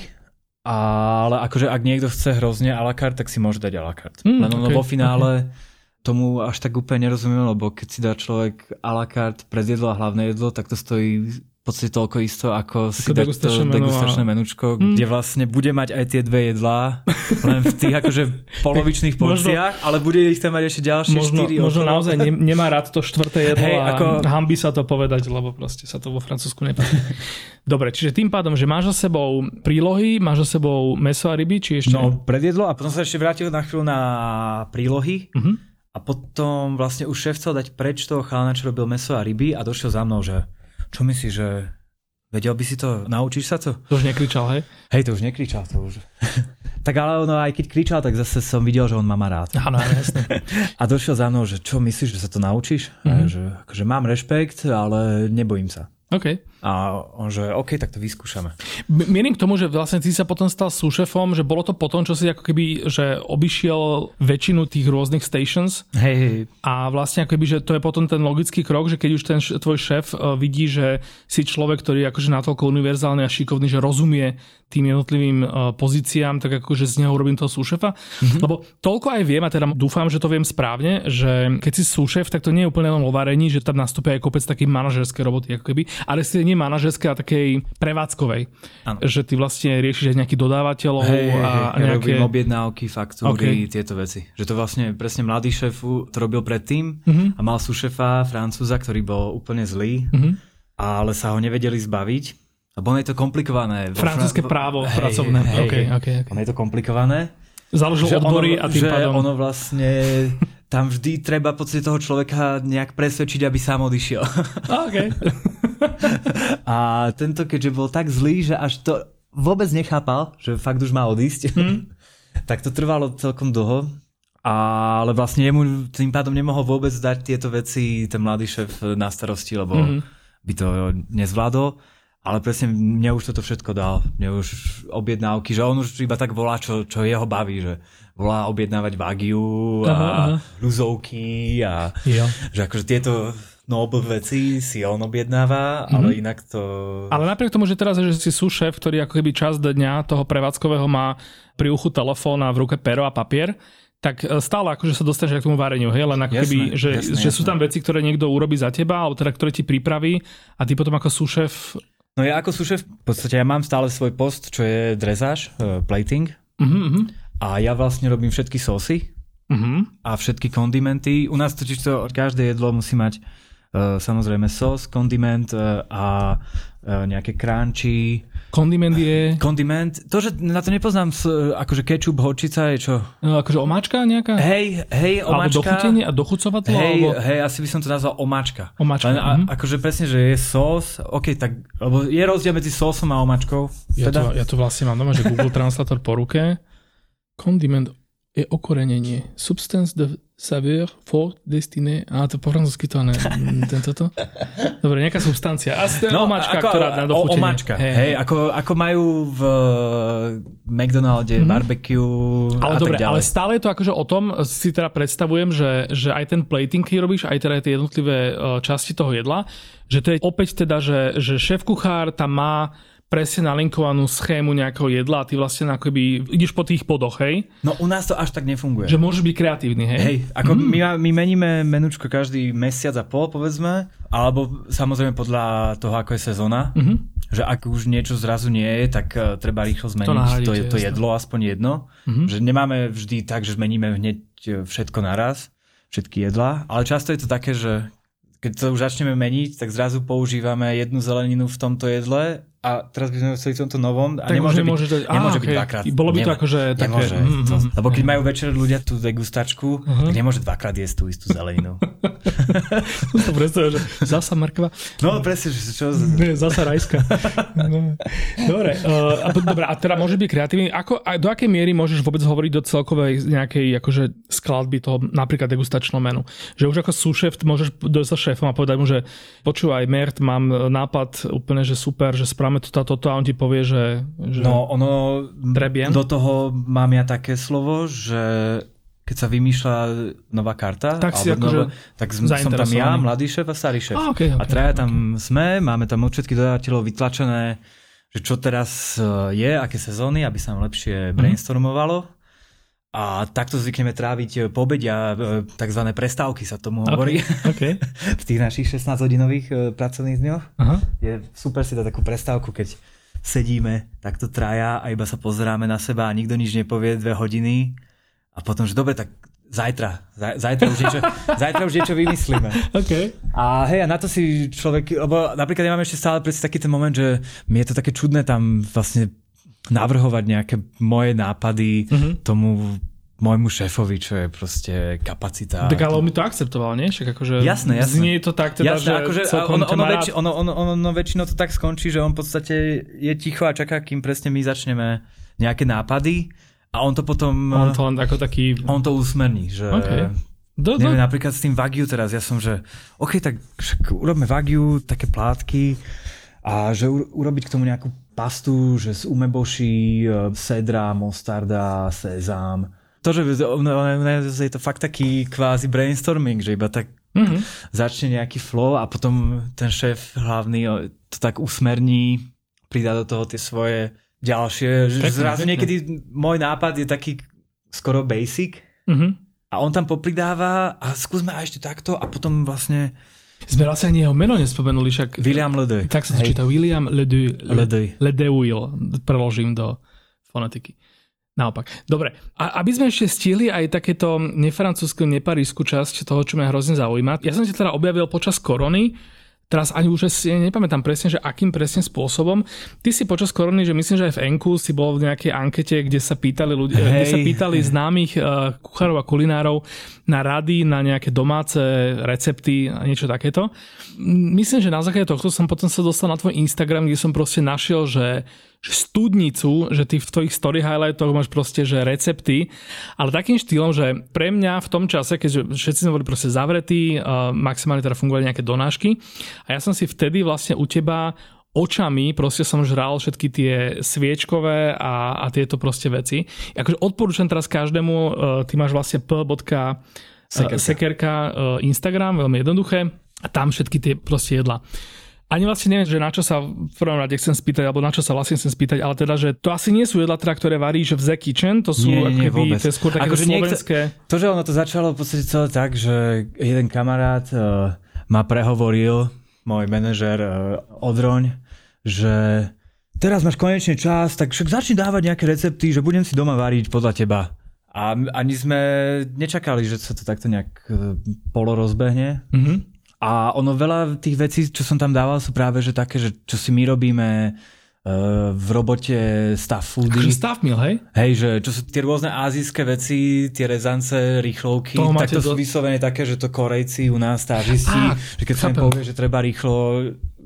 ale akože ak niekto chce hrozne à la carte, tak si môže dať à la carte. Mm, Len okay, vo finále okay. tomu až tak úplne nerozumiem, lebo keď si dá človek à la carte predjedlo a hlavné jedlo, tak to stojí v podstate toľko isto, ako si dať to degustačné a... menučko, mm. kde vlastne bude mať aj tie dve jedlá, len v tých akože polovičných porciách, ale bude ich tam mať ešte ďalšie možno, štyri. Možno okolo. Naozaj ne, nemá rád to štvrté jedlo hey, a ako... hanbí sa to povedať, lebo proste sa to vo Francúzsku nepatrí. Dobre, čiže tým pádom, že máš za sebou prílohy, máš za sebou mäso a ryby, či ešte... No, predjedlo a potom sa ešte vrátil na chvíľu na prílohy uh-huh. a potom vlastne už šéf chcel dať preč toho chalana, čo robil mäso a ryby a došiel za mnou, že čo myslíš, že vedel by si to, naučíš sa to? To už nekričal, hej? Hej, to už nekričal, to už. Tak ale ono, aj keď kričal, tak zase som videl, že on ma má rád. Áno, jasne. A došiel za mnou, že čo myslíš, že sa to naučíš? Mm-hmm. Že akože mám rešpekt, ale nebojím sa. OK. A on že OK, tak to vyskúšame. Mierim k tomu, že vlastne ty sa potom stal súšefom, že bolo to potom, čo si ako keby, že obišiel väčšinu tých rôznych stations. Hej, hej. A vlastne ako keby, že to je potom ten logický krok, že keď už ten tvoj šéf vidí, že si človek, ktorý je akože natoľko univerzálny a šikovný, že rozumie tým jednotlivým pozíciám, tak akože z neho urobím toho súšefa. Mm-hmm. Lebo toľko aj viem, a teda dúfam, že to viem správne, že keď si súšef, tak to nie je úplne len o varení, že tam nastúpia aj kopec takých manažerskej roboty, ako keby, ale si nie manažerskej, ale takej prevádzkovej. Ano. Že ty vlastne riešiš aj nejakých dodávateľov hej, a hej, nejaké... robím objednávky, faktúry, okay. tieto veci. Že to vlastne presne mladý šéf to robil predtým mm-hmm. a mal súšefa Francúza, ktorý bol úplne zlý, mm-hmm. ale sa ho nevedeli zbaviť. Lebo ono je to komplikované. Francúzske Fra... právo hej, pracovné. Hej, okay, okay, okay. Ono je to komplikované. Založil odbory ono, a tým že pádom... ono vlastne... Tam vždy treba pocit toho človeka nejak presvedčiť, aby sám odišiel. Okay. A tento, keďže bol tak zlý, že až to vôbec nechápal, že fakt už má odísť, hmm. tak to trvalo celkom dlho. Ale vlastne jemu tým pádom nemohol vôbec dať tieto veci ten mladý šéf na starosti, lebo hmm. by to nezvládol. Ale presne mne už toto všetko dal. Mne už objednávky, že on už iba tak volá, čo, čo jeho baví, že volá objednávať wagiu a ľuzovky a jo. Že akože tieto noble veci si on objednáva, mm-hmm. ale inak to... Ale napriek tomu, že teraz že si sú šéf, ktorý ako keby časť dňa toho prevádzkového má pri uchu telefón a v ruke pero a papier, tak stále akože sa dostaneš k tomu vareniu, hej, len ako jasné, keby, že, jasné, že jasné. Sú tam veci, ktoré niekto urobí za teba, alebo teda ktoré ti pripraví a ty potom ako súšef... No ja ako súšef, v podstate ja mám stále svoj post, čo je drezáž, uh, plating. Uh-huh. A ja vlastne robím všetky sósy uh-huh. a všetky kondimenty. U nás totiž to každé jedlo musí mať uh, samozrejme sós, kondiment uh, a uh, nejaké crunchy. Kondiment je... Kondiment, to, že na to nepoznám, akože kečup, horčica je čo? No, akože omáčka nejaká? Hej, hej, omáčka. Alebo dochutenie a dochucovadlo? Hej, alebo... hej, asi by som to nazval omáčka. Omáčka. Len, a, akože presne, že je sós, ok, tak, lebo je rozdiel medzi sósom a omáčkou. Ja, teda? to, ja to vlastne mám doma, že Google Translator po ruke. Kondiment. je okorenenie. Substance de saveur fort destiné. A to po francúzsky to ne... Tento to? Dobre, nejaká substancia. A to je no, omáčka, ako, ktorá na dochutenie. Omáčka, hej, hej ako, ako majú v McDonalde mm-hmm. barbecue ale a dobre, tak ďalej. Ale stále je to akože o tom, si teda predstavujem, že, že aj ten plating, keď robíš, aj teda tie jednotlivé časti toho jedla, že to je opäť teda, že, že šéf-kuchár tam má presne nalinkovanú schému nejakého jedla a ty vlastne akoby ideš po tých bodoch, hej? No u nás to až tak nefunguje. Že môžeš byť kreatívny, hej? Hej, ako mm. my, my meníme menučko každý mesiac a pol, povedzme, alebo samozrejme podľa toho, ako je sezóna, mm-hmm. že ak už niečo zrazu nie je, tak uh, treba rýchlo zmeniť to, to, to jedlo, aspoň jedno. Mm-hmm. Že nemáme vždy tak, že zmeníme hneď všetko naraz, všetky jedlá, ale často je to také, že keď to už začneme meniť, tak zrazu používame jednu zeleninu v tomto jedle a teraz by sme chceli v tomto novom a tak nemôže, byť, to... nemôže á, byť okay. dvakrát. Bolo by to akože také... Nemôže. Mm-hmm. To, lebo keď majú večer ľudia tú degustačku, uh-huh. tak nemôže dvakrát jesť tú istú zeleninu. To to predstavuje, že zasa mrkva. No presne, že čo... Nie, zasa rajska. No. Dobre, uh, a, dobre, a teda môže byť kreatívny. Ako, a do akej miery môžeš vôbec hovoriť do celkovej nejakej akože skladby toho napríklad degustačného menu? Že už ako súšef môžeš dojsť za šéfom a povedať mu, že počúvaj, Mert, mám nápad úplne, že super, že správame toto, toto a on ti povie, že... že no ono, trebiem. Do toho mám ja také slovo, že keď sa vymýšľa nová karta, tak, si akože tak som tam ja, mladý šéf a starý šéf. A, okay, okay, a traja tam okay. sme, máme tam od všetkých dodávateľov vytlačené, že čo teraz je, aké sezóny, aby sa nám lepšie brainstormovalo. A takto zvykneme tráviť po obede a takzvané prestávky sa tomu hovorí. Okay, okay. V tých našich šestnásťhodinových pracovných dňoch. Aha. Je super si dať takú prestávku, keď sedíme takto traja a iba sa pozeráme na seba a nikto nič nepovie dve hodiny a potom, že dobre, tak zajtra, zajtra už niečo, zajtra už niečo vymyslíme. Okay. A hej, a na to si človek, lebo napríklad ja mám ešte stále presne taký ten moment, že mi je to také čudné tam vlastne navrhovať nejaké moje nápady mm-hmm. tomu môjmu šéfovi, čo je proste kapacita. Tak ale on mi to akceptoval, nie? Však akože jasné, jasné. Znie to tak teda, jasné, že akože ono, ono, väč, ono, ono, ono väčšinou to tak skončí, že on v podstate je ticho a čaká, kým presne my začneme nejaké nápady a on to potom... On to len ako taký... On to usmerní, že... Okay. Do, do. Neviem, napríklad s tým Wagyu teraz, ja som, že OK, tak urobme Wagyu, také plátky a že urobiť k tomu nejakú pastu, že z umeboshi, sedra, mostarda, sezám. To, že je to fakt taký kvázi brainstorming, že iba tak mm-hmm. začne nejaký flow a potom ten šéf hlavný to tak usmerní, pridá do toho tie svoje ďalšie. Pekne, zrazu pekne. Niekedy môj nápad je taký skoro basic mm-hmm. a on tam popridáva a skúsme aj ešte takto a potom vlastne... Sme vlastne ani jeho meno nespomenuli, však... William Ledeuil. Tak sa to číta, William Ledeuil. Ledeuil. Ledeuil, preložím do fonetiky. Naopak. Dobre, a aby sme ešte stihli aj takéto nefrancúzsku, neparísku časť toho, čo mňa hrozne zaujíma. Ja som si teda objavil počas korony, teraz ani už si nepamätám presne, že akým presne spôsobom. Ty si počas korony, že myslím, že aj v Enku si bol v nejakej ankete, kde sa pýtali ľudia, hey. kde sa pýtali známych uh, kuchárov a kulinárov na rady, na nejaké domáce recepty a niečo takéto. Myslím, že na základe tohto som potom sa dostal na tvoj Instagram, kde som proste našiel, že studnicu, že ty v tvojich story highlightoch máš proste, že recepty, ale takým štýlom, že pre mňa v tom čase, keď všetci sme boli proste zavretí, uh, maximálne teda fungovali nejaké donášky a ja som si vtedy vlastne u teba očami proste som žral všetky tie sviečkové a, a tieto proste veci. Akože odporúčam teraz každému, uh, ty máš vlastne p. sekerka, sekerka uh, Instagram, veľmi jednoduché a tam všetky tie proste jedlá. Ani vlastne neviem, že na čo sa v prvom rade chcem spýtať, alebo na čo sa vlastne chcem spýtať, ale teda, že to asi nie sú jedlá, teda, ktoré varíš v The Kitchen, to sú nie, nie, akoby, to je skôr také ako slovenské. Niekto, to, že ono to začalo v podstate celé tak, že jeden kamarát uh, ma prehovoril, môj manažer uh, Odroň, že teraz máš konečne čas, tak však začni dávať nejaké recepty, že budem si doma variť podľa teba. A ani sme nečakali, že sa to takto nejak uh, polorozbehne. Mhm. A ono veľa tých vecí, čo som tam dával, sú práve že také, že čo si my robíme uh, v robote staff foody. Akože staff meal, hej? Hej, že čo sú tie rôzne azijské veci, tie rezance, rýchlovky, tak to do... sú vyslovene také, že to Korejci u nás, stážisti, že keď sa im povie, že treba rýchlo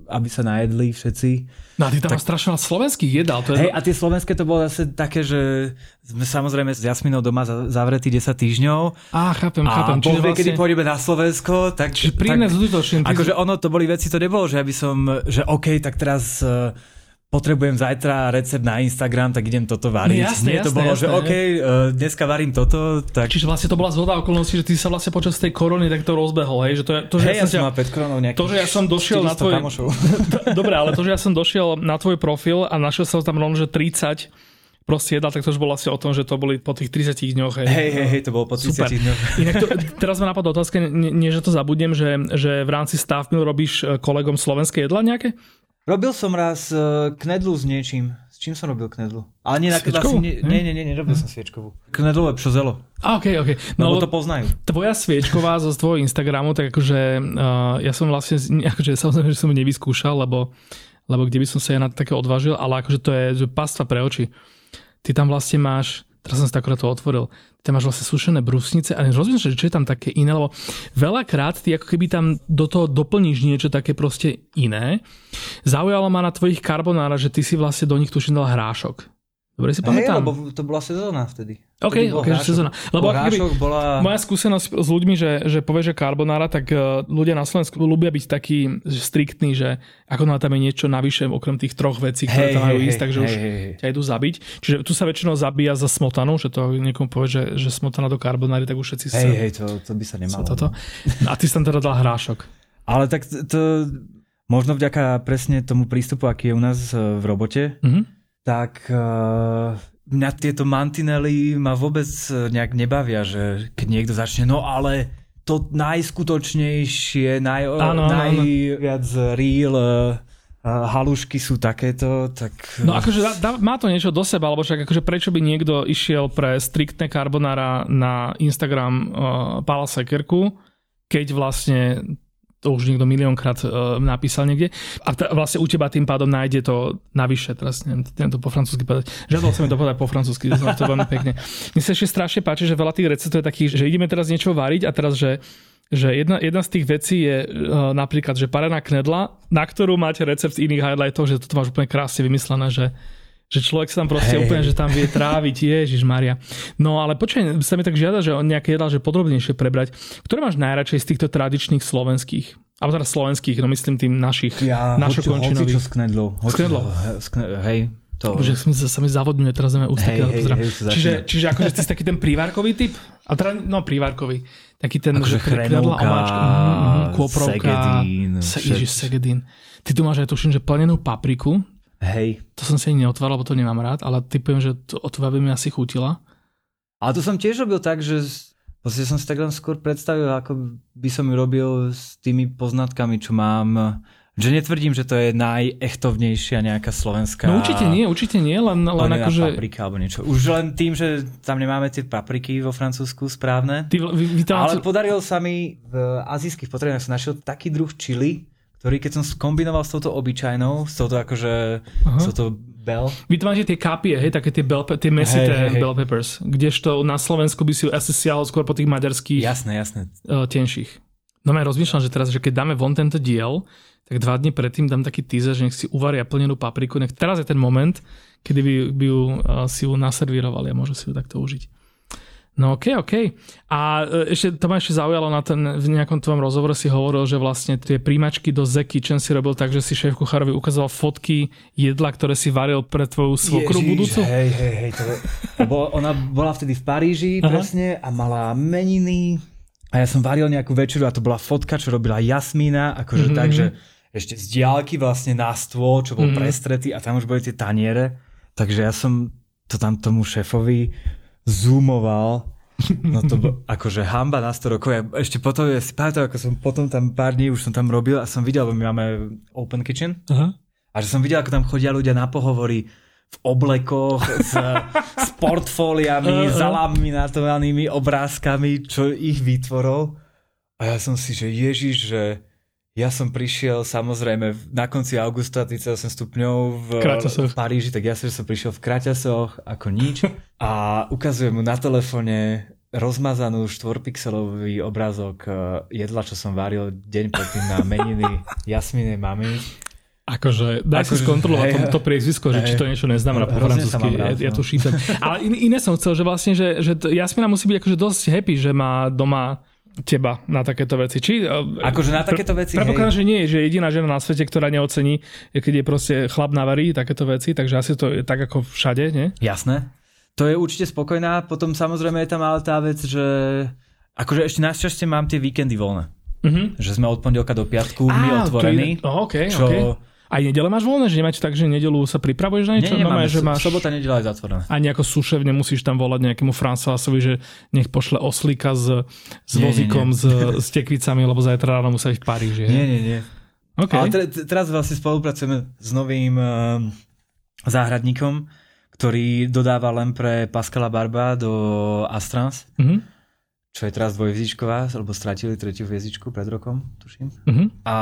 aby sa najedli všetci. No a ty tam tak... máš strašne slovenských jedál. To je... Hej, a tie slovenské to bolo zase také, že sme samozrejme s Jasminou doma zavretí desať týždňov. Á, chápem, a chápem. A Boh vie, kedy pôjdeme na Slovensko. Tak, čiže príjemné zútočím. Akože ono, to boli veci, to nebolo, že aby som, že OK, tak teraz... Uh, potrebujem zajtra recept na Instagram, tak idem toto variť. No, jasné, Nie, to jasné, bolo, jasné, že OK, uh, dneska varím toto. Tak... Čiže vlastne to bola zhoda okolností, že ty sa vlastne počas tej korony takto rozbehol, hej? Že to, to, že hej, ja, ja som mal päť koronov nejakých to, že ja som došiel na tvoj... Dobre, ale to, že ja som došiel na tvoj profil a našiel som tam rovno, že tridsať proste jedal, tak to už bolo asi o tom, že to boli po tých tridsiatich dňoch. Hej, hej, hej, hej to bolo po tridsiatich dňoch. Inak to, teraz ma napadla otázka, nie, nie, že to zabudnem, že, že v rámci Staff Meal robíš kolegom slovenské jedlá nejaké? Robil som raz uh, knedlu s niečím. S čím som robil knedlu? Ale nie, sviečkovú? Nie, nie, nie, nie, nerobil hm. som sviečkovú. Knedlové pšozelo. A okej, okay, okej. Okay. No, lebo to poznajú. Tvoja sviečková zo tvojho Instagramu, tak akože uh, ja som vlastne, akože samozrejme, že som ju nevyskúšal, lebo, lebo kde by som sa ja na to také odvážil, ale akože to je že pastva pre oči. Ty tam vlastne máš, teraz som si akorát to otvoril, ty máš vlastne sušené brusnice a rozmýšľaš, že čo je tam také iné, lebo veľakrát ty ako keby tam do toho doplníš niečo také proste iné. Zaujalo ma na tvojich carbonara, že ty si vlastne do nich tuším dal hrášok. Dobre si pamätám? Hej, lebo to bola sezóna vtedy. OK, OK, že sezóna. Lebo hrášok bola... moja skúsenosť s ľuďmi, že, že povie, že carbonara, tak uh, ľudia na Slovensku ľubia byť takí že striktní, že ako na tam je niečo navyše, okrem tých troch vecí, ktoré hey, tam majú hey, ísť, takže hey, už hey. ťa idú zabiť. Čiže tu sa väčšinou zabíja za smotanu, že to niekomu povie, že, že smotana do carbonary, tak už všetci sa... Hej, hej, to, to by sa nemalo. Toto. A ty si tam teda dal hrášok. Ale tak to, to možno vďaka presne tomu prístupu, aký je u nás v robote, mm-hmm. tak... Uh... Mňa tieto mantinely ma vôbec nejak nebavia, že keď niekto začne, no ale to najskutočnejšie, naj, áno, najviac áno. real uh, halušky sú takéto, tak... No akože dá, dá, má to niečo do seba, alebo však akože prečo by niekto išiel pre striktné carbonara na Instagram uh, Pála Sekerku, keď vlastne... to už niekto miliónkrát uh, napísal niekde. A t- vlastne u teba tým pádom nájde to navyše. Teraz neviem, neviem to po francúzsky povedať. Žiadal som mi to povedať po francúzsky, to to veľmi pekne. Mne sa ešte strašne páči, že veľa tých receptov je takých, že ideme teraz niečo variť a teraz, že, že jedna, jedna z tých vecí je uh, napríklad, že parená knedla, na ktorú máte recept iných highlightov, že toto máš úplne krásne vymyslené, že že človek sa tam proste hey. úplne, že tam vie tráviť, Ježišmaria. No ale počkaj, sa mi tak žiada, že on nejaké jedlá, že podrobnejšie prebrať. Ktoré máš najradšej z týchto tradičných slovenských? Alebo teda slovenských, no myslím tým našich, ja, našokončinových. Ja, hoci čo s knedlou. S knedlou? Hej. To... Bože, sa mi zavodňuje, teraz sme ústa. Hej, hej, hej, čiže, čiže akože ty si taký ten prívárkový typ? A teda, no prívárkový. Taký ten, akože že chrenovka, mm, kôprovka, segedín. Se, Ježiš, segedín. Ty tu máš aj tuším, že plnenú papriku. Hej. To som si ani neotváral, lebo to nemám rád, ale typujem, že to, to by mi asi chutila. Ale to som tiež robil tak, že vlastne som si tak len skôr predstavil, ako by som ju robil s tými poznatkami, čo mám. Že netvrdím, že to je najechtovnejšia nejaká slovenská... No určite nie, určite nie, len, len akože... paprika alebo niečo. Už len tým, že tam nemáme tie papriky vo Francúzsku správne. Ty, vy, vy tam... Ale podarilo sa mi v azijských potravinách som našiel taký druh čili, ktorý keď som skombinoval s touto obyčajnou, s touto akože, uh-huh. s touto bell. Vy to máte tie kápie, hej, také tie, bell, tie mesité hey, hey, hey. bell peppers, kdežto na Slovensku by si asi siahol skôr po tých maďarských jasné, jasné. Uh, tenších. No ja rozmýšľam, že teraz, že keď dáme von tento diel, tak dva dni predtým dám taký teaser, že nech si uvaria plnenú papriku. Nech teraz je ten moment, kedy by, by ju, uh, si ju naservírovali a môžu si ju takto užiť. No okej, okay, okej. Okay. A ešte to ma ešte zaujalo na ten, v nejakom tvojom rozhovore si hovoril, že vlastne tie príjmačky do The Kitchen si robil tak, že si šéf kuchárovi ukazoval fotky jedla, ktoré si varil pre tvoju svokru budúcu. Hej, hej, hej. To, lebo ona bola vtedy v Paríži presne a mala meniny a ja som varil nejakú večeru a to bola fotka, čo robila Jasmína, akože mm-hmm. tak, že ešte z diaľky vlastne na stôl, čo bol mm-hmm. prestretý a tam už boli tie taniere. Takže ja som to tam tomu šéfovi zoomoval, no to bol akože hamba na sto rokov. Ja ešte potom, ja si pamätal, ako som potom tam pár dní už som tam robil a som videl, lebo my máme open kitchen uh-huh. a že som videl, ako tam chodia ľudia na pohovory v oblekoch s, s portfóliami, uh-huh. zalaminátovanými obrázkami, čo ich výtvorov. A ja som si, že Ježiš, že ja som prišiel samozrejme na konci augusta tridsaťosem stupňov v, v Paríži, tak ja som, že som prišiel v kraťasoch ako nič a ukazujem mu na telefóne rozmazanú štvorpixelový obrázok jedla, čo som varil deň predtým na meniny Jasminej mamy Akože, daj ako si skontrolovať to, to priezvisko, že či to niečo neznamená po francúzsky. Ja, ja to šípem. Ale in, iné som chcel, že vlastne, že, že Jasmina musí byť akože dosť happy, že má doma teba na takéto veci. Či, akože na takéto veci, hej. Predpokladám, že nie je, že jediná žena na svete, ktorá neocení, keď je proste chlap navarí takéto veci, takže asi to je tak ako všade, nie? Jasné. To je určite spokojná. Potom samozrejme je tam ale tá vec, že akože ešte našťastie mám tie víkendy voľné. Mm-hmm. Že sme od pondelka do piatku Á, my otvorení. Je... Oh, okay, čo... okay. Aj nedele máš voľné? Že nemáte tak, že nedelu sa pripravuješ na niečo? Nie, nemáme. Že máš... Sobota, nedeľa je zatvorená. A nejako sušev nemusíš tam volať nejakému Francoisovi, že nech pošle oslíka s, s nie, vozíkom, nie, nie. S, s tekvicami, lebo zajtra ráno musí byť v Paríži. Nie, nie, nie. Okay. Ale te, teraz vlastne spolupracujeme s novým uh, záhradníkom, ktorý dodáva len pre Pascala Barba do Astrans. Mhm. Čo je teraz dvojhviezdičková, lebo stratili tretiu hviezdičku pred rokom, tuším. Uh-huh. A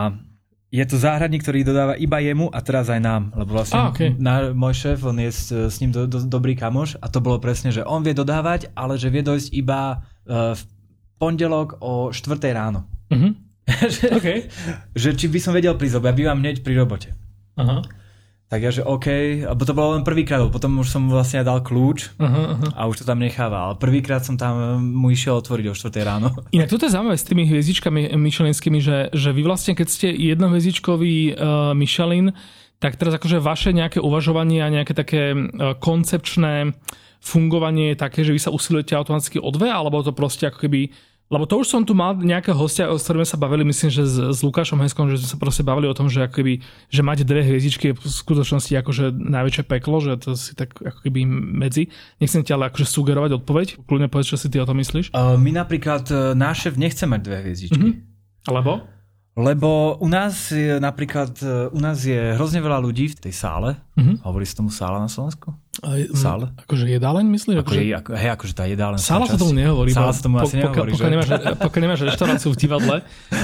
je to záhradník, ktorý dodáva iba jemu a teraz aj nám, lebo vlastne ah, okay. na, môj šéf, on je s, s ním do, do, dobrý kamoš a to bolo presne, že on vie dodávať, ale že vie dojsť iba uh, v pondelok o štvrtej ráno. Uh-huh. že, okay. že či by som vedel prísť, lebo ja bývam hneď pri robote. Aha. Uh-huh. Tak ja, že OK, alebo to bolo len prvýkrát, potom už som vlastne dal kľúč uh-huh, uh-huh. a už to tam nechával. Ale prvýkrát som tam mu išiel otvoriť o štvrtej ráno. Inak toto je zaujímavé s tými hviezdičkami michelinskými, že, že vy vlastne, keď ste jednohviezdičkový uh, Michelin, tak teraz akože vaše nejaké uvažovanie a nejaké také uh, koncepčné fungovanie je také, že vy sa usilujete automaticky o dve, alebo to proste ako keby... Lebo to už som tu mal nejakého hostia, o ktorým sa bavili, myslím, že s, s Lukášom Heskom, že sme sa proste bavili o tom, že ako keby, že mať dve hviezdičky je v skutočnosti akože najväčšie peklo, že to si tak ako keby medzi. Nechcem ti ale akože sugerovať odpoveď, kľudne povedz, čo si ty o tom myslíš. Uh, my napríklad, náš šéf nechce mať dve hviezdičky. Mm-hmm. Lebo? Lebo u nás je napríklad, u nás je hrozne veľa ľudí v tej sále. Mm-hmm. Hovorí sa tomu sála na Slovensku? Sále? Akože jedáleň, myslíš? Ako je, ako, hej, akože tá jedáleň. Sála sa tomu nehovorí. Sála sa tomu asi po, nehovorí. Pokiaľ nemáš, pokiaľ nemáš reštauráciu v divadle,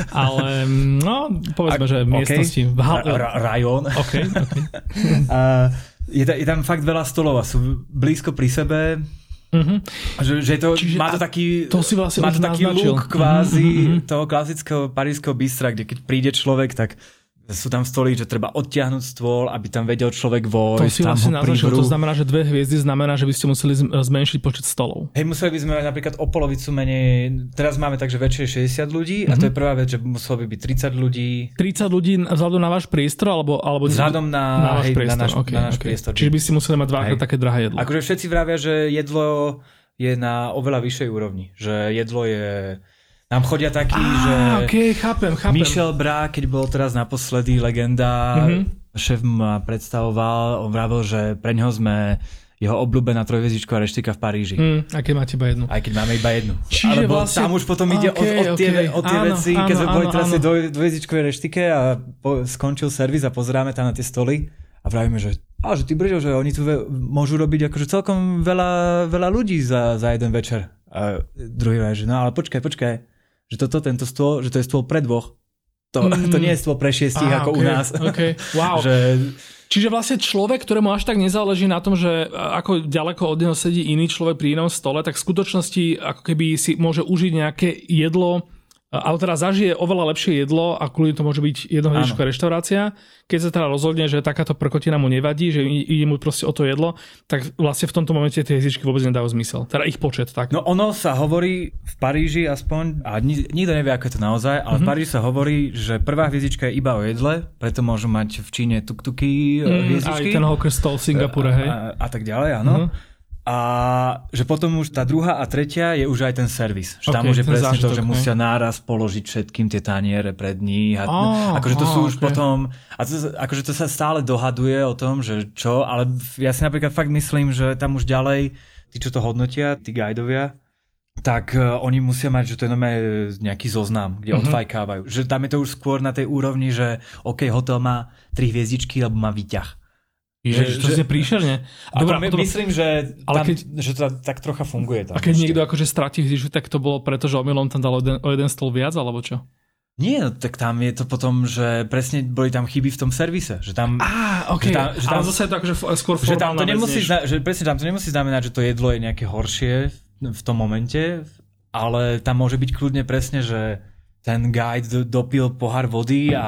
ale no, povedzme, že v miestnosti. Okay. Ra- rajón. Okay, okay. uh, je, ta, je tam fakt veľa stolov a sú blízko pri sebe. Uh-huh. Že, že to, Čiže má to taký, to si vlastne má to taký look kvázi uh-huh. toho klasického parížskeho bystra, kde keď príde človek, tak sú tam stolí, že treba odtiahnuť stôl, aby tam vedel človek vojsť. To si vlastne naznačil, to znamená, že dve hviezdy znamená, že by ste museli zmenšiť počet stolov. Hej, museli by sme mať napríklad o polovicu menej, teraz máme tak, že väčšie šesťdesiat ľudí uh-huh. a to je prvá vec, že muselo by byť tridsať ľudí. tridsať ľudí vzhľadom na váš priestor? Alebo, alebo vzhľadom na, na váš hej, priestor. Na náš, okay, na náš okay. priestor. Čiže by si museli mať dvakrát také drahé jedlo. Akože všetci vravia, že jedlo je na oveľa vyššej úrovni. Že jedlo je... Nám chodia takí, ah, že... Okay, chápem, chápem. Michel Bra, keď bol teraz naposledy legenda, mm-hmm. šéf ma predstavoval, on vravil, že pre ňoho sme jeho obľúbená trojhviezdičková reštika v Paríži. Mm, aj keď máte iba jednu. Aj keď máme iba jednu. Čiže Alebo vlastne... tam už potom ide okay, o, o tie, okay. o tie áno, veci, keď áno, sme boli teraz do dvojhviezdičkovej reštike a po, skončil servis a pozeráme tam na tie stoly a vravíme, že a že ty brďo, že oni tu ve, môžu robiť akože celkom veľa, veľa ľudí za, za jeden večer. A druhý že no ale počkaj, počkaj. Že toto, tento stôl, že to je stôl pre dvoch. To, mm. to nie je stôl pre šiestich ah, ako okay, u nás. Okay. Wow. že... Čiže vlastne človek, ktorému až tak nezáleží na tom, že ako ďaleko od neho sedí iný človek pri inom stole, tak v skutočnosti ako keby si môže užiť nejaké jedlo, ale teda zažije oveľa lepšie jedlo a kvôli to môže byť jednohviezdičková reštaurácia. Keď sa teda rozhodne, že takáto prkotina mu nevadí, že ide mu proste o to jedlo, tak vlastne v tomto momente tie hviezdičky vôbec nedajú zmysel. Teda ich počet, tak. No ono sa hovorí v Paríži aspoň, a nikto nevie, ako je to naozaj, ale mm-hmm. v Paríži sa hovorí, že prvá hviezdička je iba o jedle, preto môžu mať v Číne tuk-tuky mm, hviezdičky. Aj ten hawker stol v Singapúre, hej. A, a tak ďalej, áno. Mm-hmm. A že potom už tá druhá a tretia je už aj ten servis. Že okay, tam už je presne zážitok, to, že musia náraz položiť všetkým tie taniere pred ní. A, oh, akože to oh, sú už okay. potom... A to, akože to sa stále dohaduje o tom, že čo, ale ja si napríklad fakt myslím, že tam už ďalej, tí, čo to hodnotia, tí guidovia, tak uh, oni musia mať, že to je nejaký zoznam, kde uh-huh. odfajkávajú. Že tam je to už skôr na tej úrovni, že OK, hotel má tri hviezdičky, alebo má výťah. Ježiš, to že, je príšerne. Dobrá, my, potom... Myslím, že, tam, keď, že to tak trocha funguje. Tam a keď ešte. niekto akože stratí hviezdičku, tak to bolo preto, že omylom tam dal o jeden, o jeden stôl viac, alebo čo? Nie, no, tak tam je to potom, že presne boli tam chyby v tom servise. Že tam, Á, okej. Okay. Že tam, ale zase je to akože skôr formálna že tam to nemusí vec, zna, že presne tam to nemusí znamenať, že to jedlo je nejaké horšie v tom momente, ale tam môže byť kľudne presne, že ten guide dopil pohár vody a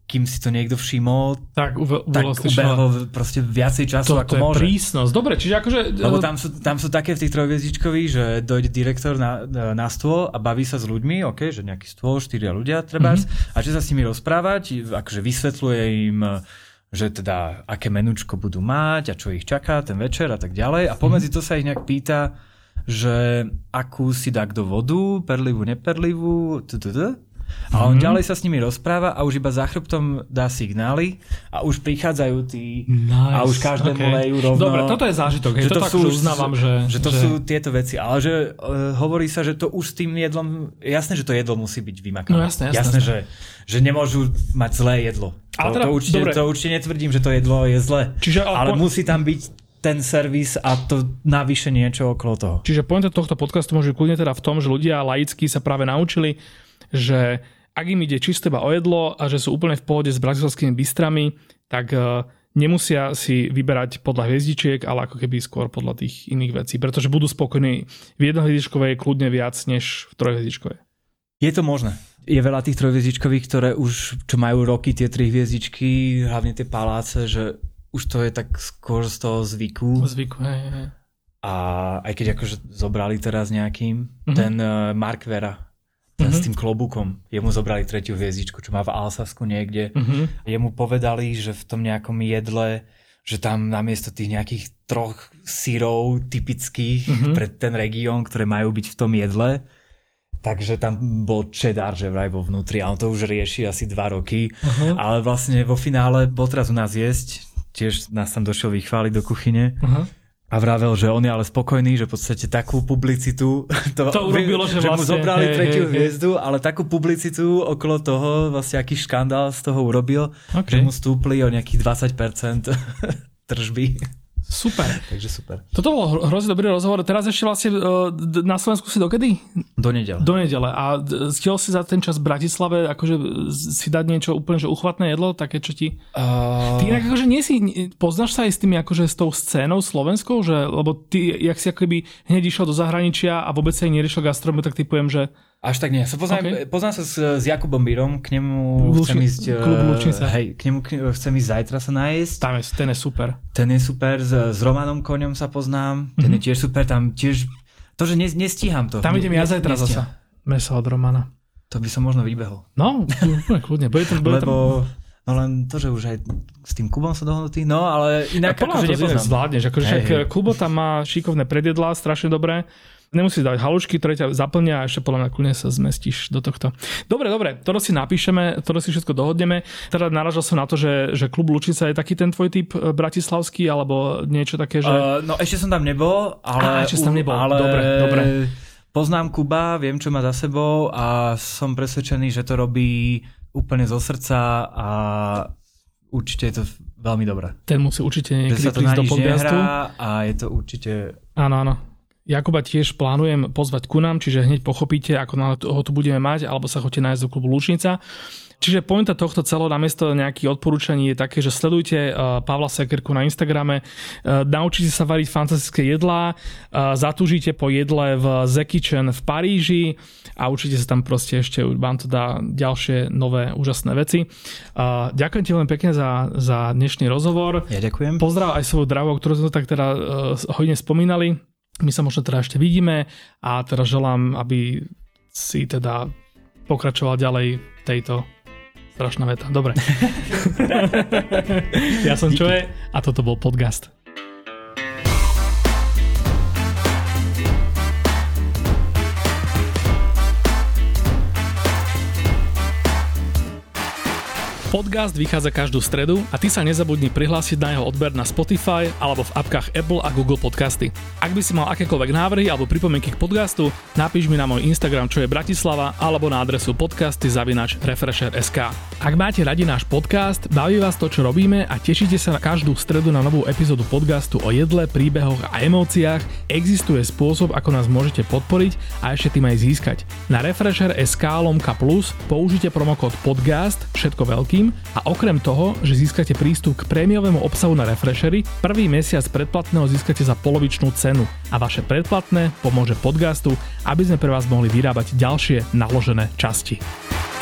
kým si to niekto všimol, tak, uve, tak ubehlo proste viacej času, to, ako to môže. To je prísnosť. Dobre, čiže akože... Lebo tam sú, tam sú také v tých trojhviezdičkových, že dojde direktor na, na stôl a baví sa s ľuďmi, okay, že nejaký stôl, štyria ľudia trebárs, mm-hmm. a že sa s nimi rozprávať, akože vysvetľuje im, že teda aké menúčko budú mať a čo ich čaká ten večer a tak ďalej. A pomedzi to sa ich nejak pýta, že akú si dá kto vodu, perlivú, neperlivú, tututu. A on mm-hmm. ďalej sa s nimi rozpráva a už iba za chrbtom dá signály a už prichádzajú tí nice. A už každému okay. lejú rovno. Dobre, toto je zážitok, že to, to tak sú, uznávam, že... Že to že... sú tieto veci, ale že uh, hovorí sa, že to už s tým jedlom, jasné, že to jedlo musí byť vymakané. No jasné, jasné. Jasné, že, že nemôžu mať zlé jedlo. To, teda, to, určite, to určite netvrdím, že to jedlo je zlé, Čiže, ale, ale po... musí tam byť ten servis a to navyše niečo okolo toho. Čiže pointa tohto podcastu môže kľudne teda v tom, že ľudia laicky sa práve naučili, že ak im ide čisto iba o jedlo a že sú úplne v pohode s bratislavskými bistrami, tak uh, nemusia si vyberať podľa hviezdičiek, ale ako keby skôr podľa tých iných vecí, pretože budú spokojní v jednohviezdičkovej kľudne viac než v trojhviezdičkovej. Je to možné. Je veľa tých trojhviezdičkových, ktoré už čo majú roky, tie tri hviezdičky, hlavne tie paláce, že už to je tak skôr z toho zvyku. Zvyku, hej, hej. A aj keď akože zobrali teraz nejakým, mm-hmm. ten uh, Mark Vera, ten mm-hmm. s tým klobúkom. Jemu zobrali tretiu hviezdičku, čo má v Alsasku niekde. Mm-hmm. Jemu povedali, že v tom nejakom jedle, že tam namiesto tých nejakých troch syrov typických mm-hmm. pre ten región, ktoré majú byť v tom jedle, takže tam bol cheddar, že vraj vo vnútri. A on to už rieši asi dva roky. Uh-huh. Ale vlastne vo finále bol teraz u nás jesť. Tiež nás tam došiel vychváliť do kuchyne. Uh-huh. A vravel, že on je ale spokojný, že v podstate takú publicitu to, to urobilo, že, že vlastne, mu zobrali hej, tretiu hej, hviezdu, ale takú publicitu okolo toho, vlastne aký škandál z toho urobil, okay. že mu stúpli o nejakých dvadsať percent tržby. Super. Takže super. Toto bol hrozne dobrý rozhovor. Teraz ešte vlastne na Slovensku si dokedy? Do nedele. Do nedele. A stihol si za ten čas v Bratislave akože si dať niečo úplne že uchvatné jedlo? Také, čo ti... Uh... Ty inak akože nie si... Poznáš sa aj s tými akože s tou scénou slovenskou? Že, lebo ty, jak si akoby hneď išiel do zahraničia a vôbec sa aj neriešil gastronomiu, tak typujem, že... Až tak nie. So, poznám, okay. poznám sa s, s Jakubom Bírom, k nemu Lučni, chcem ísť... Klub Lučnica. Hej, k nemu chcem ísť zajtra sa nájsť. Tam je, ten je super. Ten je super, s, s Romanom Koňom sa poznám, ten mm-hmm. je tiež super, tam tiež... To, že ne, nestíham to. Tam idem ja zajtra zasa. Meso od Romana. To by som možno vybehol. No, kľudne. Bude tam, bude Lebo... No len to, že už aj s tým Kubom sa dohodnutý, no ale inak ja akože nepoznám. Zvládneš, akože hey, hey. Kubo tam má šikovné predjedlá, strašne dobré. Nemusíš dať halušky, ktoré ťa zaplnia a ešte podľa mňa kľudne sa zmestíš do tohto. Dobre, dobre, to si napíšeme, to si všetko dohodneme. Teda naražal som na to, že, že klub Lučnica je taký ten tvoj typ bratislavský, alebo niečo také, že... Uh, no ešte som tam nebol, ale... Á, ešte som tam nebol, ale... dobre, dobre. Poznám Kuba, viem, čo má za sebou a som presvedčený, že to robí úplne zo srdca a určite je to veľmi dobré. Ten musí určite niekedy prísť do podcastu. A je to určite... Áno, áno. Jakuba tiež plánujem pozvať ku nám, čiže hneď pochopíte, ako ho tu budeme mať, alebo sa chodíte nájsť do klubu Lučnica. Čiže pointa tohto celého namiesto nejakých odporúčaní je také, že sledujte uh, Pavla Sekerku na Instagrame, uh, naučite sa variť fantastické jedlá, uh, zatúžite po jedle v The Kitchen v Paríži a určite sa tam proste ešte vám to dá ďalšie nové úžasné veci. Uh, ďakujem ti veľmi pekne za, za dnešný rozhovor. Ja ďakujem. Pozdrav aj svoju drahu, ktorú sme tak teda uh, hodne spomínali. My sa možno teda ešte vidíme a teda želám, aby si teda pokračoval ďalej tejto strašná veta. Dobre. Ja som Čoje a toto bol podcast. Podcast vychádza každú stredu a ty sa nezabudni prihlásiť na jeho odber na Spotify alebo v apkách Apple a Google Podcasty. Ak by si mal akékoľvek návrhy alebo pripomienky k podcastu, napíš mi na môj Instagram, čo je Bratislava, alebo na adresu podcasty zavináč refresher bodka es ká. Ak máte radi náš podcast, baví vás to, čo robíme a tešíte sa na každú stredu na novú epizódu podcastu o jedle, príbehoch a emóciách, existuje spôsob, ako nás môžete podporiť a ešte tým aj získať. Na refresher bodka es ká lomka plus použite promokód podcast, všetko veľkým, a okrem toho, že získate prístup k prémiovému obsahu na Refreshery, prvý mesiac predplatného získate za polovičnú cenu a vaše predplatné pomôže podcastu, aby sme pre vás mohli vyrábať ďalšie naložené časti.